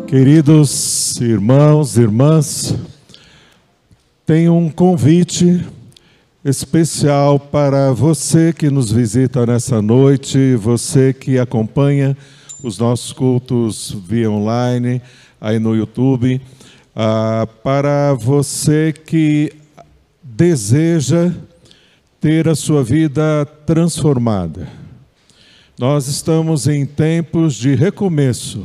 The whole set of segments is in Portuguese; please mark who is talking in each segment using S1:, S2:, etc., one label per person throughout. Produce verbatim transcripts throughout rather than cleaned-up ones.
S1: Queridos irmãos e irmãs, tenho um convite especial para você que nos visita nessa noite, você que acompanha os nossos cultos via online, aí no YouTube, ah, para você que deseja ter a sua vida transformada. Nós estamos em tempos de recomeço.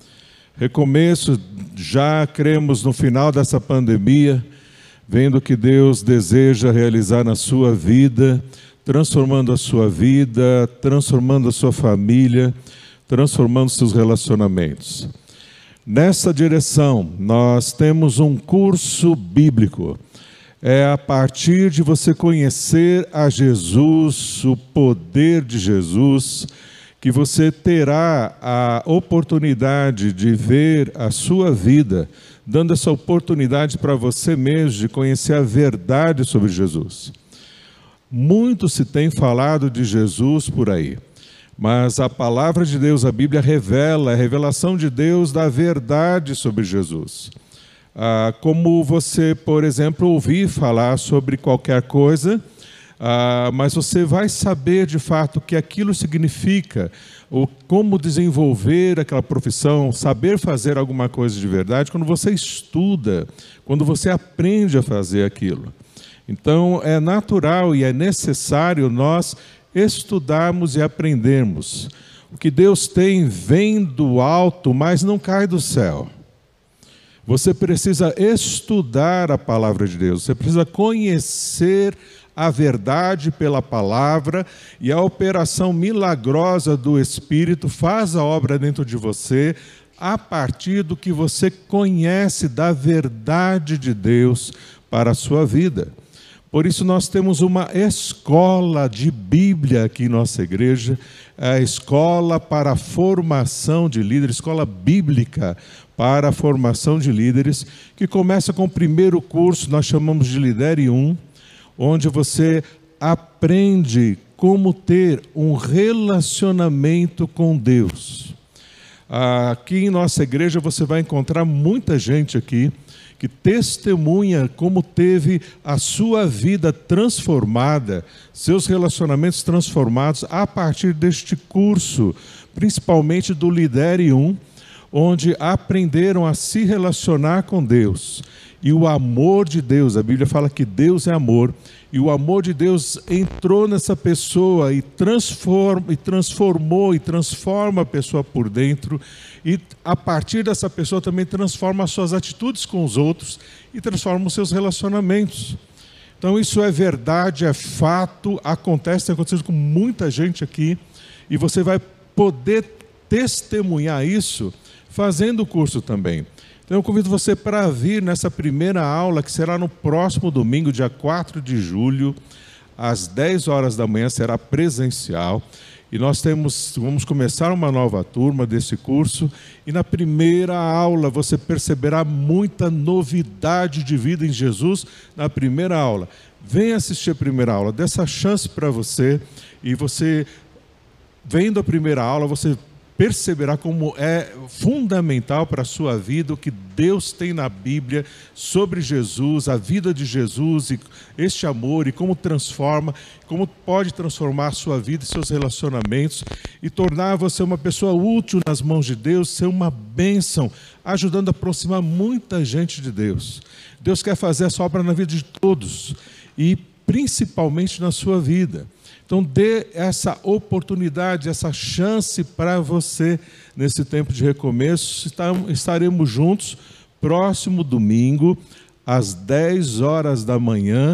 S1: Recomeço, já cremos no final dessa pandemia, vendo o que Deus deseja realizar na sua vida, transformando a sua vida, transformando a sua família, transformando seus relacionamentos. Nessa direção, nós temos um curso bíblico. É a partir de você conhecer a Jesus, o poder de Jesus, que você terá a oportunidade de ver a sua vida, dando essa oportunidade para você mesmo de conhecer a verdade sobre Jesus. Muito se tem falado de Jesus por aí, mas a palavra de Deus, a Bíblia revela, a revelação de Deus da verdade sobre Jesus. Ah, como você, por exemplo, ouvir falar sobre qualquer coisa, ah, mas você vai saber de fato o que aquilo significa, ou como desenvolver aquela profissão, saber fazer alguma coisa de verdade, quando você estuda, quando você aprende a fazer aquilo. Então, é natural e é necessário nós estudarmos e aprendermos. O que Deus tem vem do alto, mas não cai do céu. Você precisa estudar a palavra de Deus, você precisa conhecer a verdade pela palavra, e a operação milagrosa do Espírito faz a obra dentro de você a partir do que você conhece da verdade de Deus para a sua vida. Por isso nós temos uma escola de Bíblia aqui em nossa igreja, a escola para a formação de líderes, escola bíblica para a formação de líderes, que começa com o primeiro curso, nós chamamos de Lidere um, onde você aprende como ter um relacionamento com Deus. Aqui em nossa igreja você vai encontrar muita gente aqui que testemunha como teve a sua vida transformada, seus relacionamentos transformados a partir deste curso, principalmente do Lidere um, onde aprenderam a se relacionar com Deus. E o amor de Deus, a Bíblia fala que Deus é amor, e o amor de Deus entrou nessa pessoa e, transforma, e transformou e transforma a pessoa por dentro, e a partir dessa pessoa também transforma as suas atitudes com os outros e transforma os seus relacionamentos. Então isso é verdade, é fato, acontece, tem acontecido com muita gente aqui, e você vai poder testemunhar isso fazendo o curso também. Então eu convido você para vir nessa primeira aula, que será no próximo domingo, dia quatro de julho, às dez horas da manhã, será presencial. E nós temos, vamos começar uma nova turma desse curso, e na primeira aula você perceberá muita novidade de vida em Jesus na primeira aula. Venha assistir a primeira aula, dê essa chance para você, e você, vendo a primeira aula, você perceberá como é fundamental para a sua vida o que Deus tem na Bíblia sobre Jesus, a vida de Jesus, e este amor, e como transforma, como pode transformar a sua vida e seus relacionamentos, e tornar você uma pessoa útil nas mãos de Deus, ser uma bênção, ajudando a aproximar muita gente de Deus. Deus quer fazer essa obra na vida de todos, e principalmente na sua vida. Então dê essa oportunidade, essa chance para você nesse tempo de recomeço. Estaremos juntos próximo domingo, às dez horas da manhã.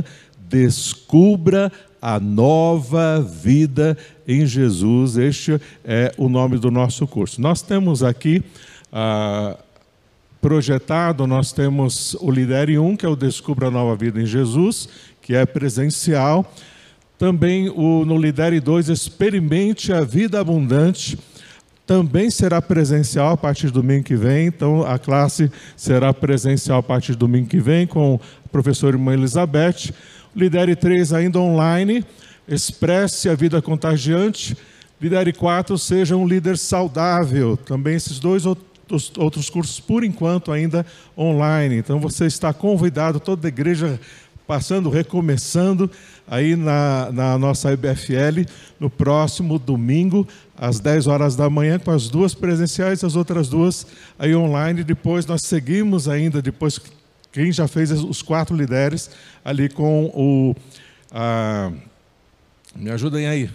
S1: Descubra a nova vida em Jesus. Este é o nome do nosso curso. Nós temos aqui ah, projetado, nós temos o Lidere um, que é o Descubra a Nova Vida em Jesus, que é presencial. Também o, no Lidere dois, Experimente a Vida Abundante, também será presencial a partir do domingo que vem. Então a classe será presencial a partir do domingo que vem com a professora irmã Elizabeth. O Lidere três ainda online, Expresse a Vida Contagiante. Lidere quatro, Seja um Líder Saudável. Também esses dois outros, outros cursos, por enquanto, ainda online. Então, você está convidado, toda a igreja passando, recomeçando, aí na, na nossa I B F L, no próximo domingo, às dez horas da manhã, com as duas presenciais, as outras duas aí online. Depois nós seguimos ainda, depois quem já fez os quatro líderes, ali com o... A, me ajudem aí.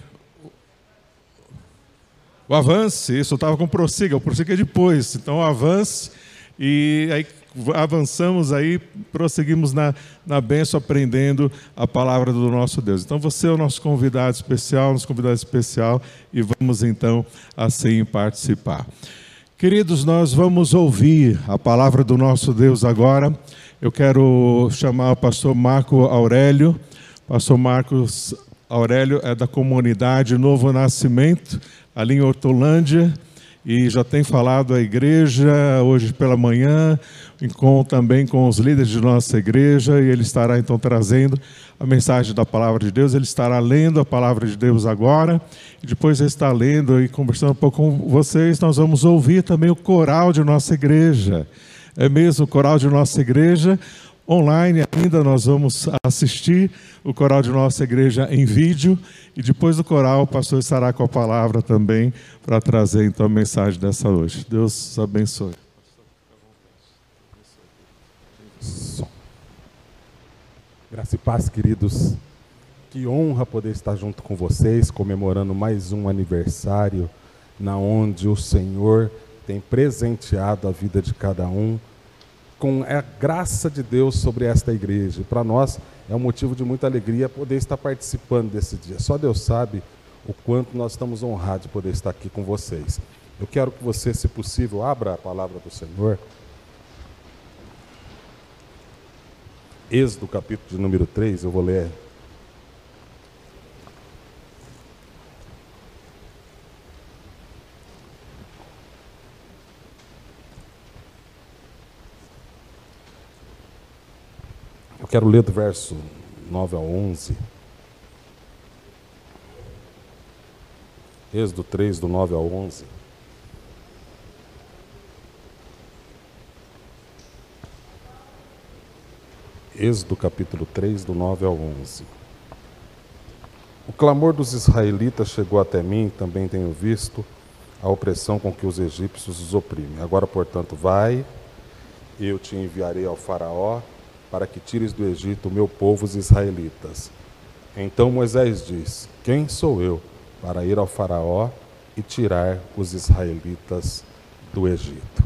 S1: O Avance, isso, eu estava com o Prossiga, o Prossiga é depois. Então, o Avance, e aí avançamos aí, prosseguimos na, na bênção, aprendendo a palavra do nosso Deus. Então, você é o nosso convidado especial, nosso convidado especial, e vamos então assim participar. Queridos, nós vamos ouvir a palavra do nosso Deus agora. Eu quero chamar o pastor Marco Aurélio. Pastor Marcos Aurélio é da comunidade Novo Nascimento, ali em Hortolândia, e já tem falado à igreja hoje pela manhã, com, também com os líderes de nossa igreja, e ele estará então trazendo a mensagem da palavra de Deus. Ele estará lendo a palavra de Deus agora, e depois ele está lendo e conversando um pouco com vocês. Nós vamos ouvir também o coral de nossa igreja, é mesmo o coral de nossa igreja, online ainda. Nós vamos assistir o coral de nossa igreja em vídeo, e depois do coral o pastor estará com a palavra também para trazer então a mensagem dessa noite. Deus abençoe.
S2: Graça e paz, queridos. Que honra poder estar junto com vocês, comemorando mais um aniversário, na onde o Senhor tem presenteado a vida de cada um com a graça de Deus sobre esta igreja. Para nós é um motivo de muita alegria poder estar participando desse dia. Só Deus sabe o quanto nós estamos honrados de poder estar aqui com vocês. Eu quero que você, se possível, abra a palavra do Senhor. Êxodo, capítulo de número três, eu vou ler. Eu quero ler do verso nove ao onze. Êxodo três, do nove ao onze. Êxodo capítulo três, do nove ao onze. O clamor dos israelitas chegou até mim, também tenho visto a opressão com que os egípcios os oprimem. Agora, portanto, vai, eu te enviarei ao faraó, para que tires do Egito o meu povo, os israelitas. Então Moisés diz: quem sou eu para ir ao faraó e tirar os israelitas do Egito?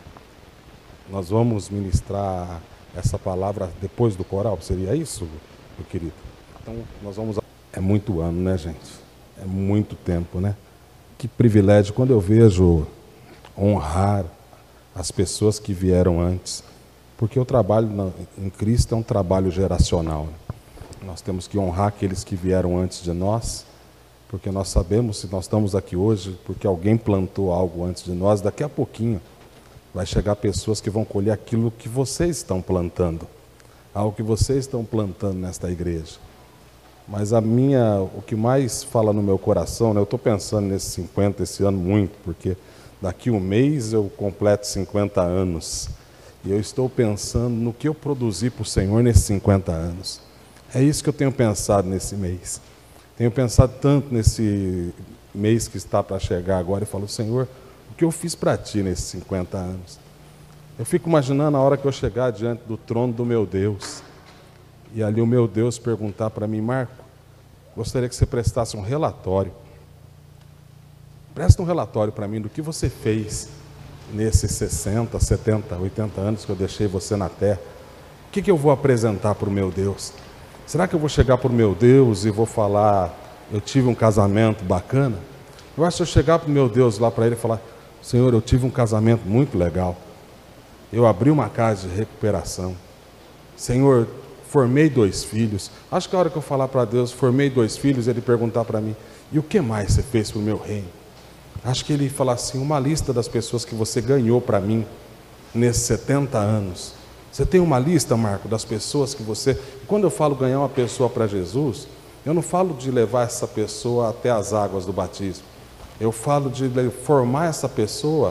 S2: Nós vamos ministrar essa palavra depois do coral, seria isso, meu querido? Então, nós vamos... É muito ano, né, gente? É muito tempo, né? Que privilégio quando eu vejo honrar as pessoas que vieram antes, porque o trabalho na, em Cristo é um trabalho geracional, né? Nós temos que honrar aqueles que vieram antes de nós, porque nós sabemos, se nós estamos aqui hoje, porque alguém plantou algo antes de nós, daqui a pouquinho vai chegar pessoas que vão colher aquilo que vocês estão plantando, algo que vocês estão plantando nesta igreja. Mas a minha, o que mais fala no meu coração, né, eu estou pensando nesses cinquenta esse ano muito, porque daqui um mês eu completo cinquenta anos, e eu estou pensando no que eu produzi para o Senhor nesses cinquenta anos. É isso que eu tenho pensado nesse mês. Tenho pensado tanto nesse mês que está para chegar agora, e falo: Senhor, o que eu fiz para Ti nesses cinquenta anos? Eu fico imaginando a hora que eu chegar diante do trono do meu Deus, e ali o meu Deus perguntar para mim: Marco, gostaria que você prestasse um relatório. Presta um relatório para mim do que você fez nesses sessenta, setenta, oitenta anos que eu deixei você na terra. O que, que eu vou apresentar para o meu Deus? Será que eu vou chegar para o meu Deus e vou falar: eu tive um casamento bacana? Eu acho que se eu chegar para o meu Deus lá para Ele e falar: Senhor, eu tive um casamento muito legal, eu abri uma casa de recuperação, Senhor, formei dois filhos. Acho que a hora que eu falar para Deus, formei dois filhos, Ele perguntar para mim: e o que mais você fez para o meu reino? Acho que Ele falar assim: uma lista das pessoas que você ganhou para mim nesses setenta anos. Você tem uma lista, Marco, das pessoas que você... Quando eu falo ganhar uma pessoa para Jesus, eu não falo de levar essa pessoa até as águas do batismo. Eu falo de formar essa pessoa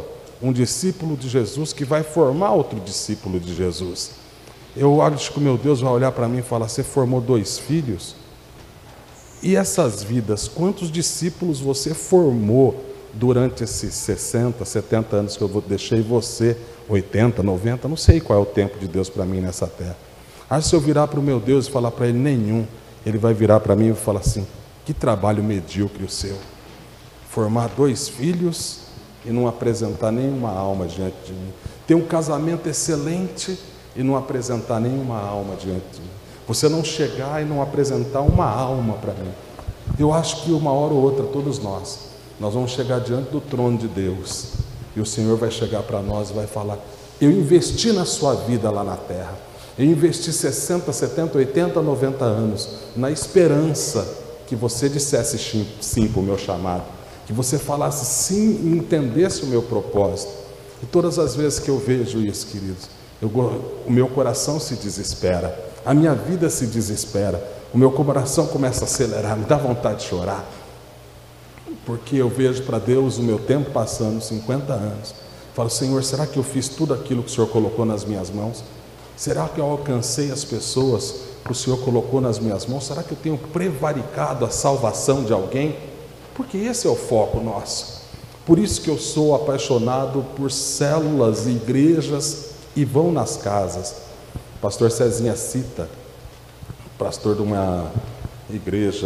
S2: um discípulo de Jesus que vai formar outro discípulo de Jesus. Eu acho que o meu Deus vai olhar para mim e falar: você formou dois filhos? E essas vidas, quantos discípulos você formou durante esses sessenta, setenta anos que eu deixei você, oitenta, noventa, não sei qual é o tempo de Deus para mim nessa terra. Acho que se eu virar para o meu Deus e falar para Ele nenhum, Ele vai virar para mim e falar assim: que trabalho medíocre o seu, formar dois filhos e não apresentar nenhuma alma diante de mim, ter um casamento excelente e não apresentar nenhuma alma diante de mim, você não chegar e não apresentar uma alma para mim. Eu acho que uma hora ou outra todos nós, nós vamos chegar diante do trono de Deus e o Senhor vai chegar para nós e vai falar: eu investi na sua vida lá na terra, eu investi sessenta, setenta, oitenta, noventa anos na esperança que você dissesse sim, sim para o meu chamado, que você falasse sim e entendesse o meu propósito. E todas as vezes que eu vejo isso, queridos, eu, o meu coração se desespera, a minha vida se desespera, o meu coração começa a acelerar, me dá vontade de chorar, porque eu vejo para Deus o meu tempo passando, cinquenta anos, falo: Senhor, será que eu fiz tudo aquilo que o Senhor colocou nas minhas mãos? Será que eu alcancei as pessoas que o Senhor colocou nas minhas mãos? Será que eu tenho prevaricado a salvação de alguém? Porque esse é o foco nosso. Por isso que eu sou apaixonado por células e igrejas e vão nas casas. O pastor Cezinha cita, pastor de uma igreja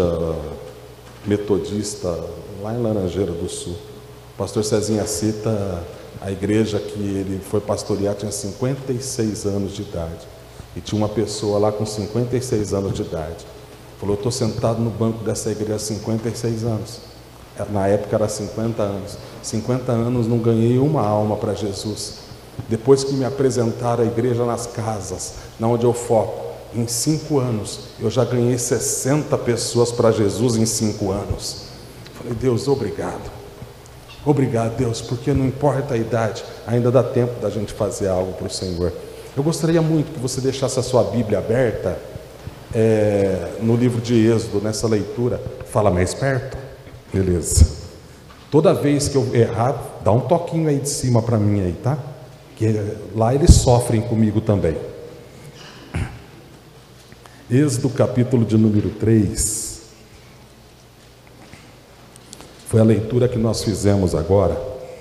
S2: metodista lá em Laranjeira do Sul. O pastor Cezinha cita a igreja que ele foi pastorear, tinha cinquenta e seis anos de idade. E tinha uma pessoa lá com cinquenta e seis anos de idade. Falou: eu estou sentado no banco dessa igreja há cinquenta e seis anos. Na época era cinquenta anos. cinquenta anos não ganhei uma alma para Jesus. Depois que me apresentaram a igreja nas casas, na onde eu foco, em cinco anos, eu já ganhei sessenta pessoas para Jesus em cinco anos. Falei: Deus, obrigado. Obrigado, Deus, porque não importa a idade, ainda dá tempo da gente fazer algo para o Senhor. Eu gostaria muito que você deixasse a sua Bíblia aberta é, no livro de Êxodo, nessa leitura. Fala mais perto. Beleza. Toda vez que eu errar, dá um toquinho aí de cima para mim aí, tá? Que lá eles sofrem comigo também. Êxodo capítulo de número três. Foi a leitura que nós fizemos agora.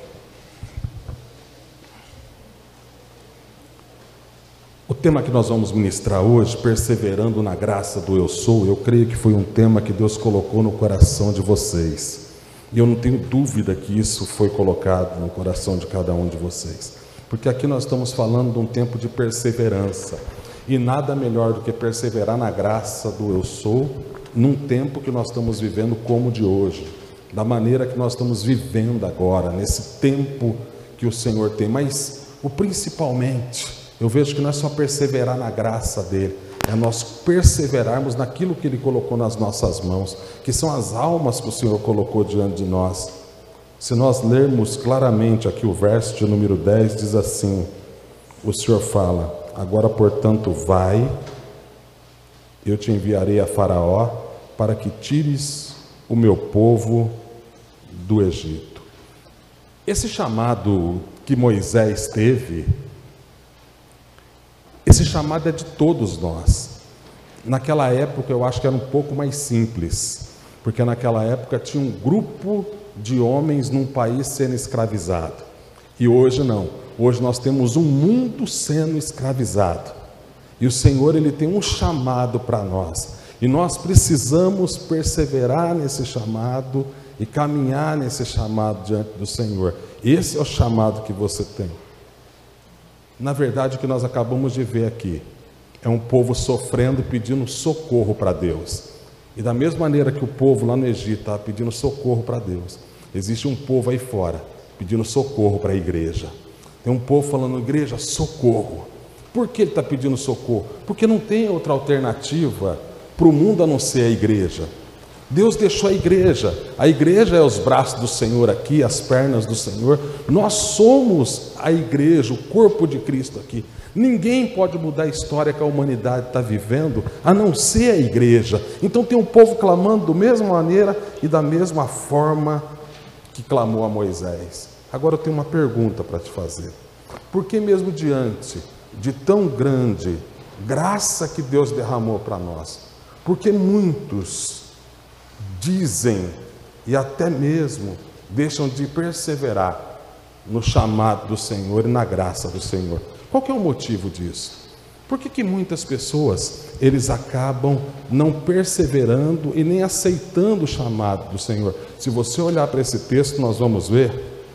S2: O tema que nós vamos ministrar hoje, perseverando na graça do eu sou, eu creio que foi um tema que Deus colocou no coração de vocês. E eu não tenho dúvida que isso foi colocado no coração de cada um de vocês. Porque aqui nós estamos falando de um tempo de perseverança. E nada melhor do que perseverar na graça do eu sou, num tempo que nós estamos vivendo como o de hoje. Da maneira que nós estamos vivendo agora, nesse tempo que o Senhor tem. Mas, o principalmente, eu vejo que não é só perseverar na graça dEle, é nós perseverarmos naquilo que Ele colocou nas nossas mãos, que são as almas que o Senhor colocou diante de nós. Se nós lermos claramente aqui o verso de número dez, diz assim, o Senhor fala: agora, portanto, vai, eu te enviarei a Faraó, para que tires o meu povo do Egito. Esse chamado que Moisés teve, esse chamado é de todos nós. Naquela época eu acho que era um pouco mais simples, porque naquela época tinha um grupo de homens num país sendo escravizado, e hoje não. Hoje nós temos um mundo sendo escravizado, e o Senhor, Ele tem um chamado para nós, e nós precisamos perseverar nesse chamado e caminhar nesse chamado diante do Senhor. Esse é o chamado que você tem. Na verdade, o que nós acabamos de ver aqui é um povo sofrendo, pedindo socorro para Deus. E da mesma maneira que o povo lá no Egito estava pedindo socorro para Deus, existe um povo aí fora pedindo socorro para a igreja. Tem um povo falando: igreja, socorro. Por que ele está pedindo socorro? Porque não tem outra alternativa para o mundo a não ser a igreja. Deus deixou a igreja. A igreja é os braços do Senhor aqui, as pernas do Senhor. Nós somos a igreja, o corpo de Cristo aqui. Ninguém pode mudar a história que a humanidade está vivendo, a não ser a igreja. Então tem um povo clamando da mesma maneira e da mesma forma que clamou a Moisés. Agora eu tenho uma pergunta para te fazer. Por que mesmo diante de tão grande graça que Deus derramou para nós, porque muitos dizem e até mesmo deixam de perseverar no chamado do Senhor e na graça do Senhor? Qual que é o motivo disso? Por que que muitas pessoas, eles acabam não perseverando e nem aceitando o chamado do Senhor? Se você olhar para esse texto, nós vamos ver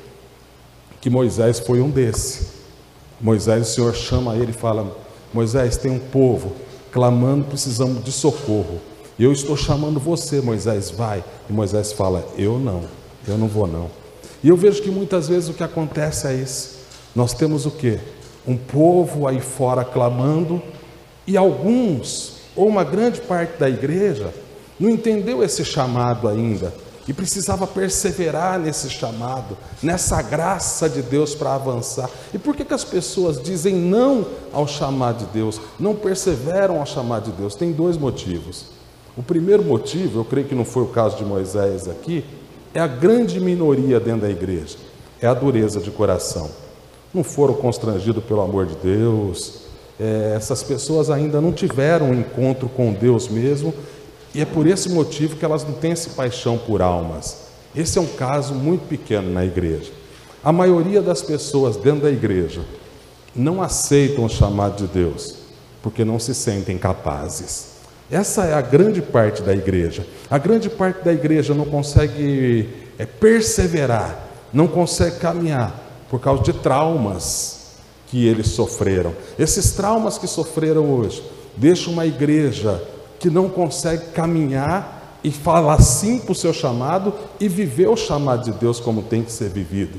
S2: que Moisés foi um desse. Moisés, o Senhor chama ele e fala: Moisés, tem um povo clamando, precisando de socorro. Eu estou chamando você, Moisés, vai. E Moisés fala: eu não, eu não vou não. E eu vejo que muitas vezes o que acontece é isso. Nós temos o quê? Um povo aí fora clamando, e alguns, ou uma grande parte da igreja, não entendeu esse chamado ainda, e precisava perseverar nesse chamado, nessa graça de Deus para avançar. E por que que as pessoas dizem não ao chamado de Deus, não perseveram ao chamado de Deus? Tem dois motivos. O primeiro motivo, eu creio que não foi o caso de Moisés aqui, é a grande minoria dentro da igreja, é a dureza de coração. Não foram constrangidos pelo amor de Deus, é, essas pessoas ainda não tiveram um encontro com Deus mesmo, e é por esse motivo que elas não têm essa paixão por almas. Esse é um caso muito pequeno na igreja. A maioria das pessoas dentro da igreja não aceitam o chamado de Deus, porque não se sentem capazes. Essa é a grande parte da igreja. A grande parte da igreja não consegue é, perseverar, não consegue caminhar, por causa de traumas que eles sofreram. Esses traumas que sofreram hoje deixam uma igreja que não consegue caminhar e falar sim para o seu chamado e viver o chamado de Deus como tem que ser vivido.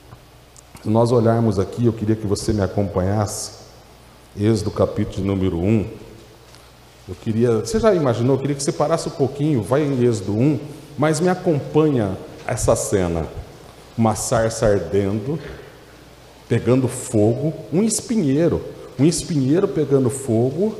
S2: Se nós olharmos aqui, eu queria que você me acompanhasse, Êxodo capítulo número um. Eu queria, você já imaginou? Eu queria que você parasse um pouquinho, vai em Êxodo um, mas me acompanha essa cena. Uma sarça ardendo, pegando fogo, um espinheiro, um espinheiro pegando fogo,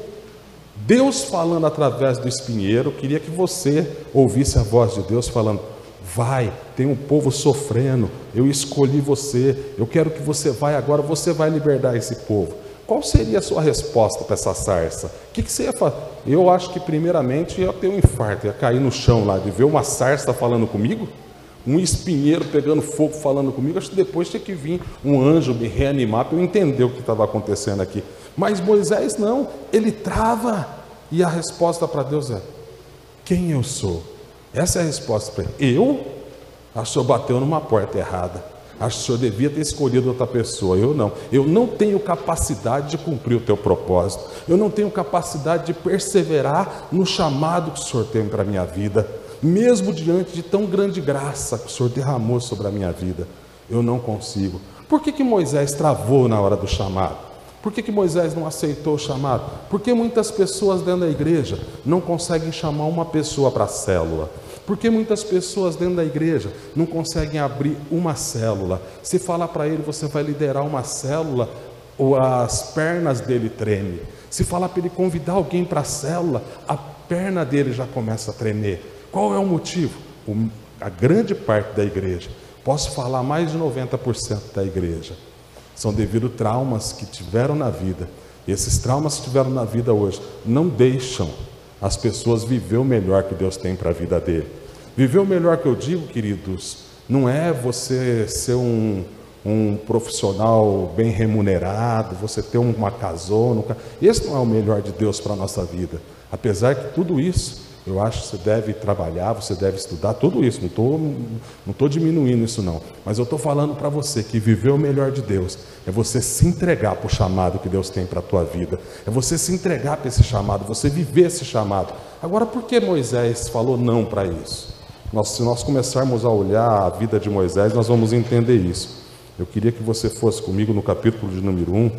S2: Deus falando através do espinheiro. Queria que você ouvisse a voz de Deus falando: vai, tem um povo sofrendo, eu escolhi você, eu quero que você vá agora, você vai libertar esse povo. Qual seria a sua resposta para essa sarça? O que, que você ia fazer? Eu acho que primeiramente ia ter um infarto, ia cair no chão lá, de ver uma sarça falando comigo, um espinheiro pegando fogo falando comigo. Acho que depois tinha que vir um anjo me reanimar para eu entender o que estava acontecendo aqui. Mas Moisés não, ele trava, e a resposta para Deus é: quem eu sou? Essa é a resposta para ele. Eu? Acho que o senhor bateu numa porta errada, acho que o senhor devia ter escolhido outra pessoa. Eu não, eu não tenho capacidade de cumprir o teu propósito, eu não tenho capacidade de perseverar no chamado que o senhor tem para a minha vida, mesmo diante de tão grande graça que o Senhor derramou sobre a minha vida, eu não consigo. Por que que Moisés travou na hora do chamado? Por que que Moisés não aceitou o chamado? Porque muitas pessoas dentro da igreja não conseguem chamar uma pessoa para a célula. Porque muitas pessoas dentro da igreja não conseguem abrir uma célula. Se falar para ele: você vai liderar uma célula, ou as pernas dele tremem. Se falar para ele convidar alguém para a célula, a perna dele já começa a tremer. Qual é o motivo? O, a grande parte da igreja, posso falar mais de noventa por cento da igreja, são devido a traumas que tiveram na vida. E esses traumas que tiveram na vida hoje não deixam as pessoas viver o melhor que Deus tem para a vida dele. Viver o melhor, que eu digo, queridos, não é você ser um, um profissional bem remunerado, você ter uma casona. Esse não é o melhor de Deus para a nossa vida. Apesar que tudo isso, eu acho que você deve trabalhar, você deve estudar, tudo isso, não estou não estou diminuindo isso não, mas eu estou falando para você que viver o melhor de Deus é você se entregar para o chamado que Deus tem para a tua vida, é você se entregar para esse chamado, você viver esse chamado. Agora, por que Moisés falou não para isso? Nós, se nós começarmos a olhar a vida de Moisés, nós vamos entender isso. Eu queria que você fosse comigo no capítulo de número um,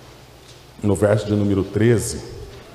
S2: no verso de número treze.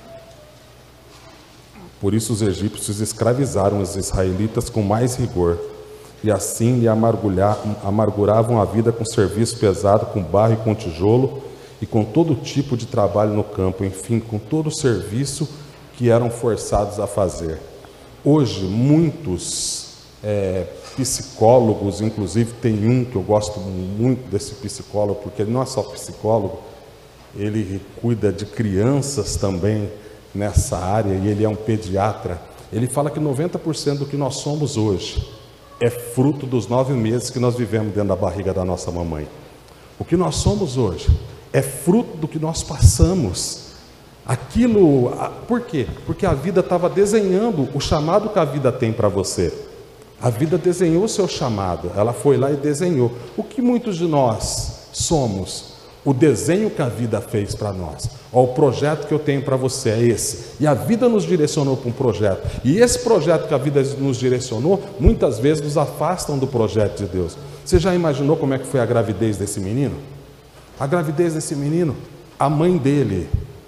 S2: Por isso os egípcios escravizaram os israelitas com mais rigor, e assim lhe amarguravam a vida com serviço pesado, com barro e com tijolo, e com todo tipo de trabalho no campo, enfim, com todo o serviço que eram forçados a fazer. Hoje, muitos é, psicólogos, inclusive tem um que eu gosto muito desse psicólogo, porque ele não é só psicólogo, ele cuida de crianças também nessa área, e ele é um pediatra. Ele fala que noventa por cento do que nós somos hoje é fruto dos nove meses que nós vivemos dentro da barriga da nossa mamãe. O que nós somos hoje é fruto do que nós passamos. Aquilo, por quê? Porque a vida estava desenhando o chamado que a vida tem para você. A vida desenhou o seu chamado, ela foi lá e desenhou. O que muitos de nós somos? O desenho que a vida fez para nós. Ó, o projeto que eu tenho para você é esse. E a vida nos direcionou para um projeto. E esse projeto que a vida nos direcionou, muitas vezes nos afastam do projeto de Deus. Você já imaginou como é que foi a gravidez desse menino? A gravidez desse menino, a mãe dele,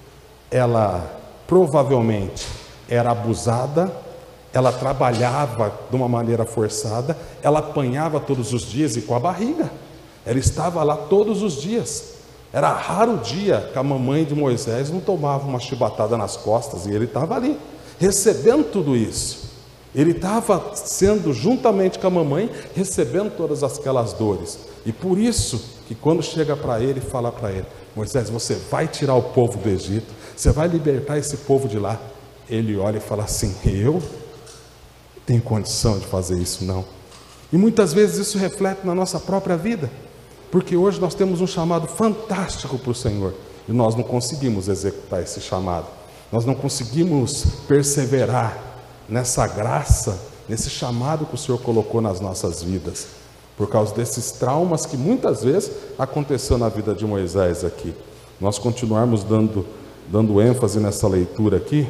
S2: ela provavelmente era abusada, ela trabalhava de uma maneira forçada, ela apanhava todos os dias e com a barriga. Ela estava lá todos os dias. Era raro o dia que a mamãe de Moisés não tomava uma chibatada nas costas, e ele estava ali, recebendo tudo isso. Ele estava sendo, juntamente com a mamãe, recebendo todas aquelas dores. E por isso que quando chega para ele, fala para ele: Moisés, você vai tirar o povo do Egito, você vai libertar esse povo de lá. Ele olha e fala assim: eu não tenho condição de fazer isso não. E muitas vezes isso reflete na nossa própria vida, porque hoje nós temos um chamado fantástico para o Senhor, e nós não conseguimos executar esse chamado. Nós não conseguimos perseverar nessa graça, nesse chamado que o Senhor colocou nas nossas vidas, por causa desses traumas que muitas vezes aconteceu na vida de Moisés aqui. Nós continuarmos dando, dando ênfase nessa leitura aqui,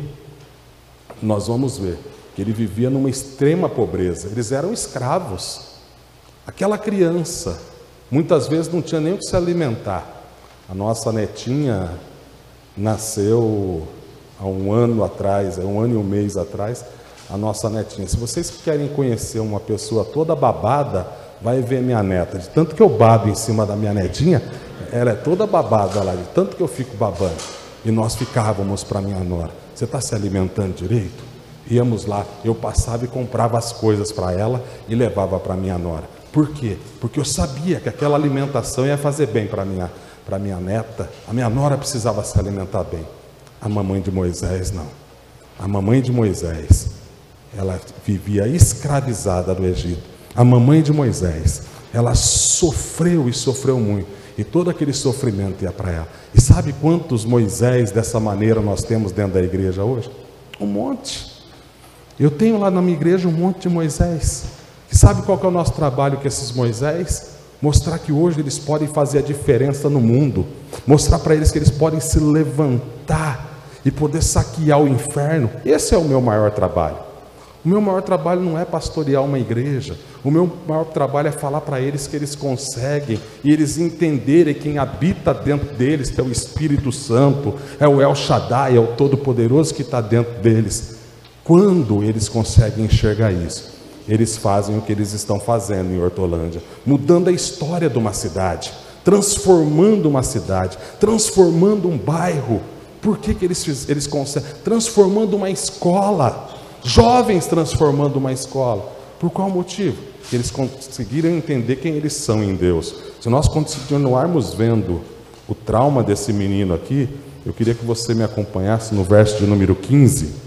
S2: nós vamos ver que ele vivia numa extrema pobreza. Eles eram escravos. Aquela criança muitas vezes não tinha nem o que se alimentar. A nossa netinha nasceu há um ano atrás, é um ano e um mês atrás, a nossa netinha. Se vocês querem conhecer uma pessoa toda babada, vai ver minha neta. De tanto que eu babo em cima da minha netinha, ela é toda babada lá, de tanto que eu fico babando. E nós ficávamos para minha nora: você está se alimentando direito? Íamos lá, eu passava e comprava as coisas para ela e levava para minha nora. Por quê? Porque eu sabia que aquela alimentação ia fazer bem para minha, para minha neta. A minha nora precisava se alimentar bem. A mamãe de Moisés não. A mamãe de Moisés, ela vivia escravizada no Egito. A mamãe de Moisés, ela sofreu e sofreu muito, e todo aquele sofrimento ia para ela. E sabe quantos Moisés dessa maneira nós temos dentro da igreja hoje? Um monte. Eu tenho lá na minha igreja um monte de Moisés. E sabe qual que é o nosso trabalho com esses Moisés? Mostrar que hoje eles podem fazer a diferença no mundo. Mostrar para eles que eles podem se levantar e poder saquear o inferno. Esse é o meu maior trabalho. O meu maior trabalho não é pastorear uma igreja. O meu maior trabalho é falar para eles que eles conseguem, e eles entenderem quem habita dentro deles, que é o Espírito Santo, é o El Shaddai, é o Todo-Poderoso que está dentro deles. Quando eles conseguem enxergar isso, eles fazem o que eles estão fazendo em Hortolândia, mudando a história de uma cidade, transformando uma cidade, transformando um bairro. Por que que eles, eles conseguem? Transformando uma escola, jovens transformando uma escola. Por qual motivo? Que eles conseguiram entender quem eles são em Deus. Se nós continuarmos vendo o trauma desse menino aqui, eu queria que você me acompanhasse no verso de número quinze.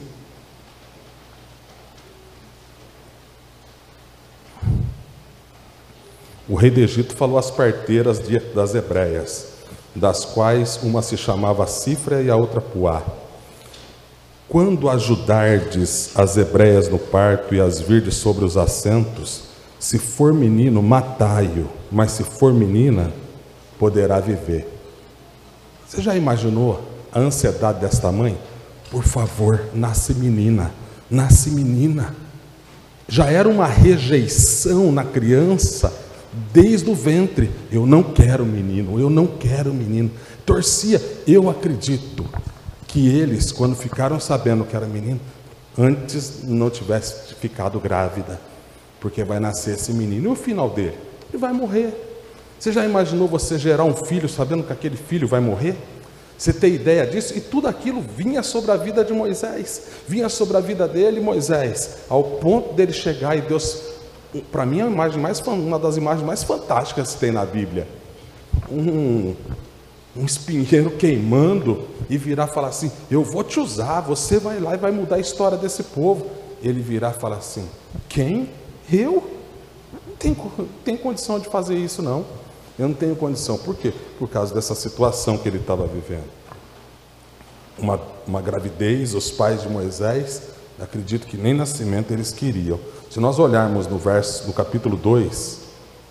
S2: O rei do Egito falou às parteiras das hebreias, das quais uma se chamava Cifra e a outra Puá: quando ajudardes as hebreias no parto e as virdes sobre os assentos, se for menino, matai-o, mas se for menina, poderá viver. Você já imaginou a ansiedade desta mãe? Por favor, nasce menina, nasce menina. Já era uma rejeição na criança desde o ventre. Eu não quero menino, eu não quero menino. Torcia. Eu acredito que eles, quando ficaram sabendo que era menino, antes não tivesse ficado grávida, porque vai nascer esse menino, e o final dele? Ele vai morrer. Você já imaginou você gerar um filho sabendo que aquele filho vai morrer? Você tem ideia disso? E tudo aquilo vinha sobre a vida de Moisés, vinha sobre a vida dele, Moisés, ao ponto dele chegar e Deus para mim, a imagem mais, uma das imagens mais fantásticas que tem na Bíblia. Um, um espinheiro queimando e virar e falar assim: eu vou te usar, você vai lá e vai mudar a história desse povo. Ele virar e falar assim: quem? Eu? Não tenho, tenho condição de fazer isso, não. Eu não tenho condição. Por quê? Por causa dessa situação que ele estava vivendo. Uma, uma gravidez, os pais de Moisés, acredito que nem nascimento eles queriam. Se nós olharmos no verso, no capítulo dois,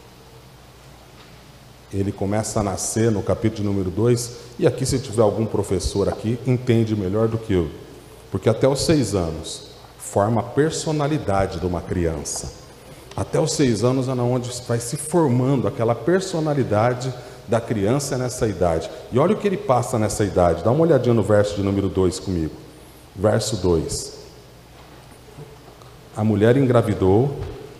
S2: ele começa a nascer no capítulo número dois, e aqui, se tiver algum professor aqui, entende melhor do que eu, porque até os seis anos forma a personalidade de uma criança. Até os seis anos é onde vai se formando aquela personalidade da criança nessa idade. E olha o que ele passa nessa idade. Dá uma olhadinha no verso de número dois comigo. Verso dois. A mulher engravidou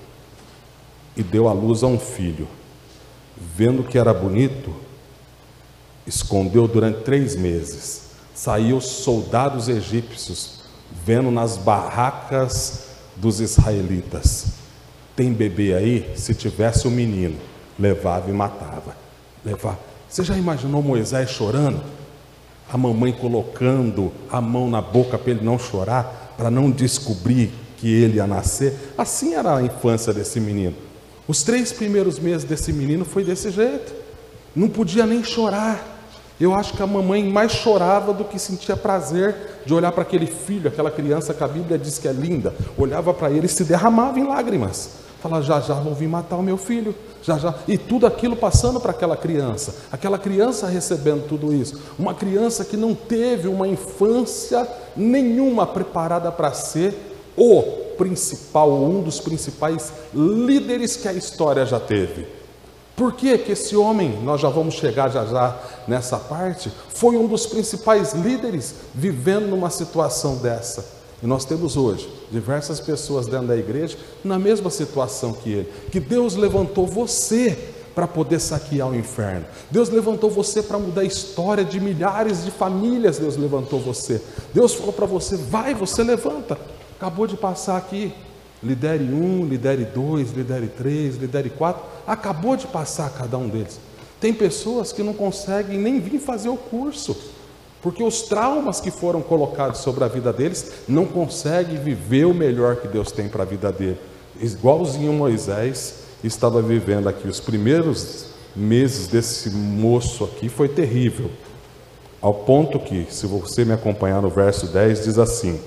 S2: e deu à luz a um filho. Vendo que era bonito, escondeu durante três meses. Saiu soldados egípcios, vendo nas barracas dos israelitas: tem bebê aí? Se tivesse um menino, levava e matava. Levava. Você já imaginou Moisés chorando? A mamãe colocando a mão na boca para ele não chorar, para não descobrir que ele ia nascer. Assim era a infância desse menino. Os três primeiros meses desse menino foi desse jeito. Não podia nem chorar. Eu acho que a mamãe mais chorava do que sentia prazer de olhar para aquele filho, aquela criança que a Bíblia diz que é linda. Olhava para ele e se derramava em lágrimas. Falava: já já vão vir matar o meu filho. Já já. E tudo aquilo passando para aquela criança. Aquela criança recebendo tudo isso. Uma criança que não teve uma infância nenhuma preparada para ser o principal, um dos principais líderes que a história já teve. Por que que esse homem, nós já vamos chegar já já nessa parte, foi um dos principais líderes vivendo numa situação dessa? E nós temos hoje diversas pessoas dentro da igreja na mesma situação que ele. Que Deus levantou você para poder saquear o inferno. Deus levantou você para mudar a história de milhares de famílias. Deus levantou você. Deus falou para você: vai, você levanta. Acabou de passar aqui, lidere um, lidere dois, lidere três, lidere quatro, acabou de passar cada um deles. Tem pessoas que não conseguem nem vir fazer o curso, porque os traumas que foram colocados sobre a vida deles, não conseguem viver o melhor que Deus tem para a vida dele. Igualzinho Moisés estava vivendo aqui. Os primeiros meses desse moço aqui foi terrível, ao ponto que, se você me acompanhar no verso dez, diz assim: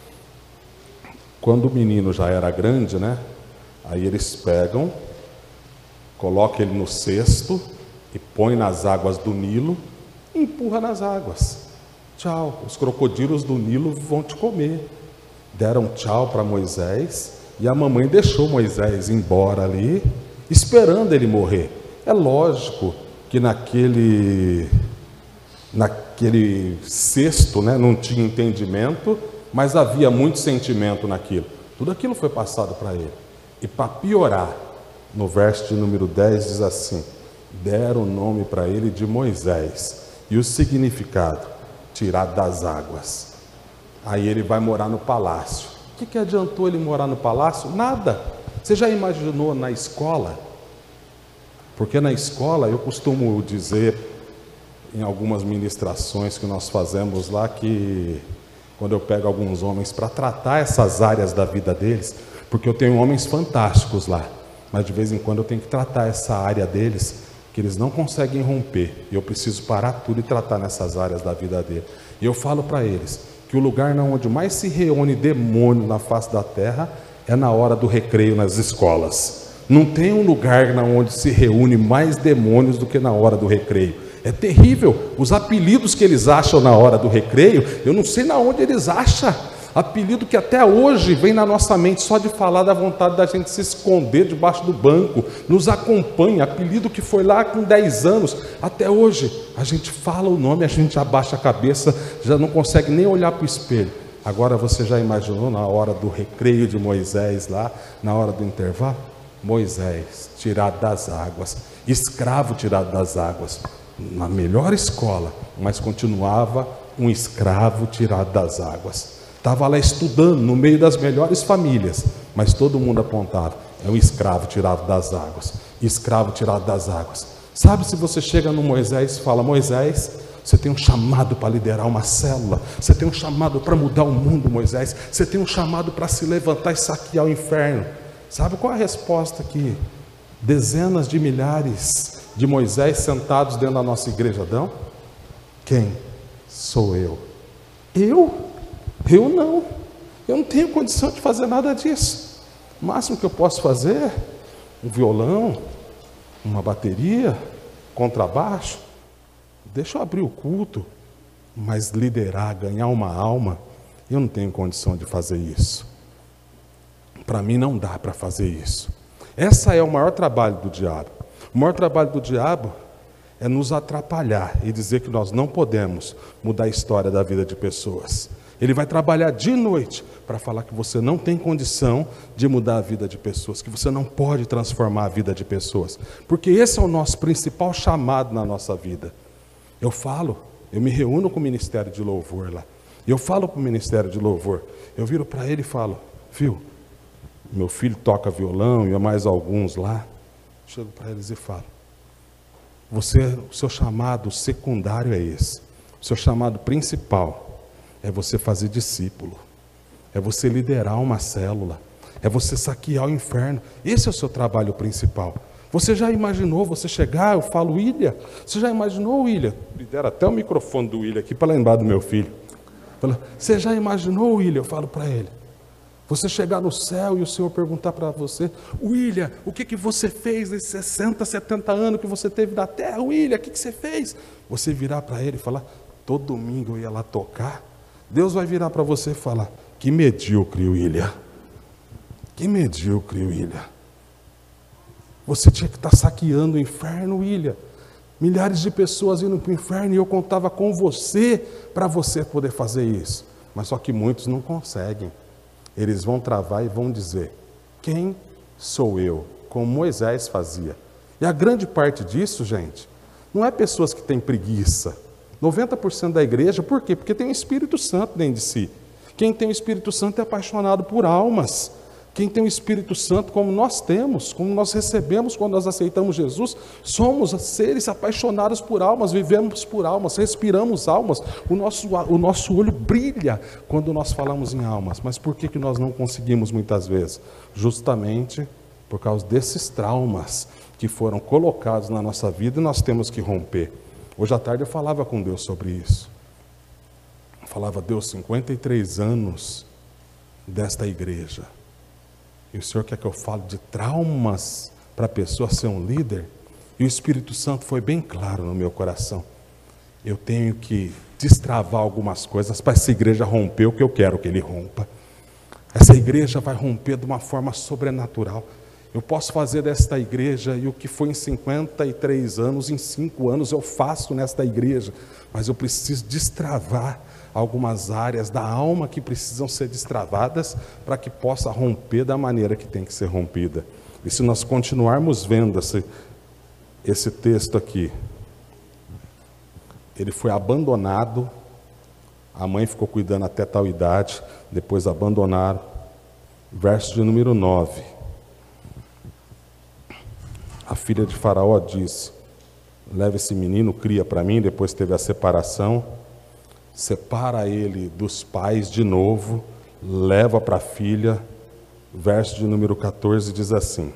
S2: quando o menino já era grande, né? Aí eles pegam, colocam ele no cesto e põem nas águas do Nilo e empurra nas águas. Tchau, os crocodilos do Nilo vão te comer. Deram tchau para Moisés e a mamãe deixou Moisés embora ali, esperando ele morrer. É lógico que naquele, naquele cesto, né, não tinha entendimento, mas havia muito sentimento naquilo. Tudo aquilo foi passado para ele. E para piorar, no verso de número dez diz assim: deram o nome para ele de Moisés. E o significado: tirado das águas. Aí ele vai morar no palácio. O que, que adiantou ele morar no palácio? Nada. Você já imaginou na escola? Porque na escola, eu costumo dizer, em algumas ministrações que nós fazemos lá, que quando eu pego alguns homens para tratar essas áreas da vida deles, porque eu tenho homens fantásticos lá, mas de vez em quando eu tenho que tratar essa área deles, que eles não conseguem romper, e eu preciso parar tudo e tratar nessas áreas da vida dele. E eu falo para eles que o lugar onde mais se reúne demônio na face da terra é na hora do recreio nas escolas. Não tem um lugar onde se reúne mais demônios do que na hora do recreio. É terrível, os apelidos que eles acham na hora do recreio, eu não sei na onde eles acham. Apelido que até hoje vem na nossa mente, só de falar da vontade da gente se esconder debaixo do banco, nos acompanha. Apelido que foi lá com dez anos, até hoje a gente fala o nome, a gente abaixa a cabeça, já não consegue nem olhar para o espelho. Agora você já imaginou na hora do recreio de Moisés lá, na hora do intervalo? Moisés tirado das águas, escravo tirado das águas, na melhor escola, mas continuava um escravo tirado das águas. Estava lá estudando no meio das melhores famílias, mas todo mundo apontava: É um escravo tirado das águas. Escravo tirado das águas. Sabe, se você chega no Moisés e fala: Moisés, você tem um chamado para liderar uma célula. Você tem um chamado para mudar o mundo, Moisés. Você tem um chamado para se levantar e saquear o inferno. Sabe qual é a resposta que dezenas de milhares de Moisés sentados dentro da nossa igreja dão? Quem sou eu? Eu? Eu não. Eu não tenho condição de fazer nada disso. O máximo que eu posso fazer é um violão, uma bateria, contrabaixo. Deixa eu abrir o culto, mas liderar, ganhar uma alma, eu não tenho condição de fazer isso. Para mim não dá para fazer isso. Esse é o maior trabalho do diabo. O maior trabalho do diabo é nos atrapalhar e dizer que nós não podemos mudar a história da vida de pessoas. Ele vai trabalhar de noite para falar que você não tem condição de mudar a vida de pessoas, que você não pode transformar a vida de pessoas, porque esse é o nosso principal chamado na nossa vida. Eu falo, eu me reúno com o Ministério de Louvor lá, eu falo para o Ministério de Louvor, eu viro para ele e falo: viu, meu filho toca violão e mais alguns lá. Chego para eles e falo: você, o seu chamado secundário é esse, o seu chamado principal é você fazer discípulo, é você liderar uma célula, é você saquear o inferno. Esse é o seu trabalho principal. Você já imaginou você chegar, eu falo: William, você já imaginou, William? Me deram até o microfone do William aqui para lembrar do meu filho. Você já imaginou, William? Eu falo para ele: você chegar no céu e o Senhor perguntar para você: William, o que, que você fez nesses sessenta, setenta anos que você teve na terra? William, o que, que você fez? Você virar para ele e falar: todo domingo eu ia lá tocar. Deus vai virar para você e falar: que medíocre, William. Que medíocre, William. Você tinha que estar saqueando o inferno, William. Milhares de pessoas indo para o inferno e eu contava com você para você poder fazer isso. Mas só que muitos não conseguem. Eles vão travar e vão dizer: quem sou eu? Como Moisés fazia. E a grande parte disso, gente, não é pessoas que têm preguiça. noventa por cento da igreja, por quê? Porque tem o Espírito Santo dentro de si. Quem tem o Espírito Santo é apaixonado por almas. Quem tem o Espírito Santo, como nós temos, como nós recebemos quando nós aceitamos Jesus, somos seres apaixonados por almas, vivemos por almas, respiramos almas, o nosso, o nosso olho brilha quando nós falamos em almas. Mas por que, que nós não conseguimos muitas vezes? Justamente por causa desses traumas que foram colocados na nossa vida e nós temos que romper. Hoje à tarde eu falava com Deus sobre isso. Eu falava: Deus, cinquenta e três anos desta igreja. E o Senhor quer que eu fale de traumas para a pessoa ser um líder? E o Espírito Santo foi bem claro no meu coração. Eu tenho que destravar algumas coisas para essa igreja romper o que eu quero que ele rompa. Essa igreja vai romper de uma forma sobrenatural. Eu posso fazer desta igreja, e o que foi em cinquenta e três anos, em cinco anos eu faço nesta igreja, mas eu preciso destravar algumas áreas da alma que precisam ser destravadas para que possa romper da maneira que tem que ser rompida. E se nós continuarmos vendo esse, esse texto aqui, ele foi abandonado, a mãe ficou cuidando até tal idade, depois abandonaram. Verso de número nove. A filha de Faraó disse: leva esse menino, cria para mim. Depois teve a separação, separa ele dos pais de novo, leva para a filha. Verso de número quatorze diz assim: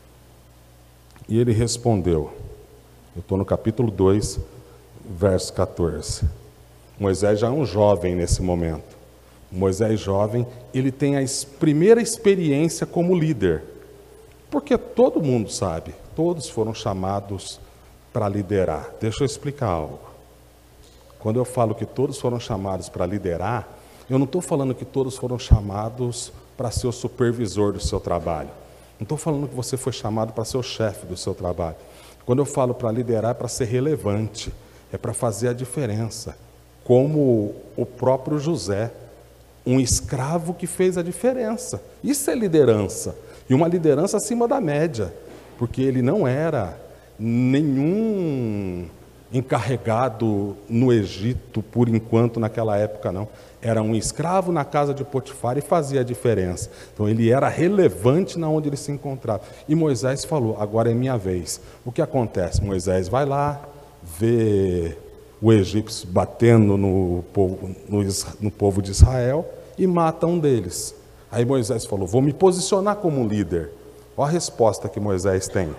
S2: e ele respondeu, eu estou no capítulo dois, verso quatorze. Moisés já é um jovem nesse momento. Moisés jovem, ele tem a primeira experiência como líder, porque todo mundo sabe, todos foram chamados para liderar. Deixa eu explicar algo. Quando eu falo que todos foram chamados para liderar, eu não estou falando que todos foram chamados para ser o supervisor do seu trabalho. Não estou falando que você foi chamado para ser o chefe do seu trabalho. Quando eu falo para liderar, é para ser relevante, é para fazer a diferença. Como o próprio José, um escravo que fez a diferença. Isso é liderança. E uma liderança acima da média, porque ele não era nenhum encarregado no Egito, por enquanto, naquela época não. Era um escravo na casa de Potifar e fazia a diferença. Então ele era relevante na onde ele se encontrava. E Moisés falou, agora é minha vez. O que acontece? Moisés vai lá, vê o egípcio batendo no povo, no, no povo de Israel e mata um deles. Aí Moisés falou, vou me posicionar como um líder. Olha a resposta que Moisés tem.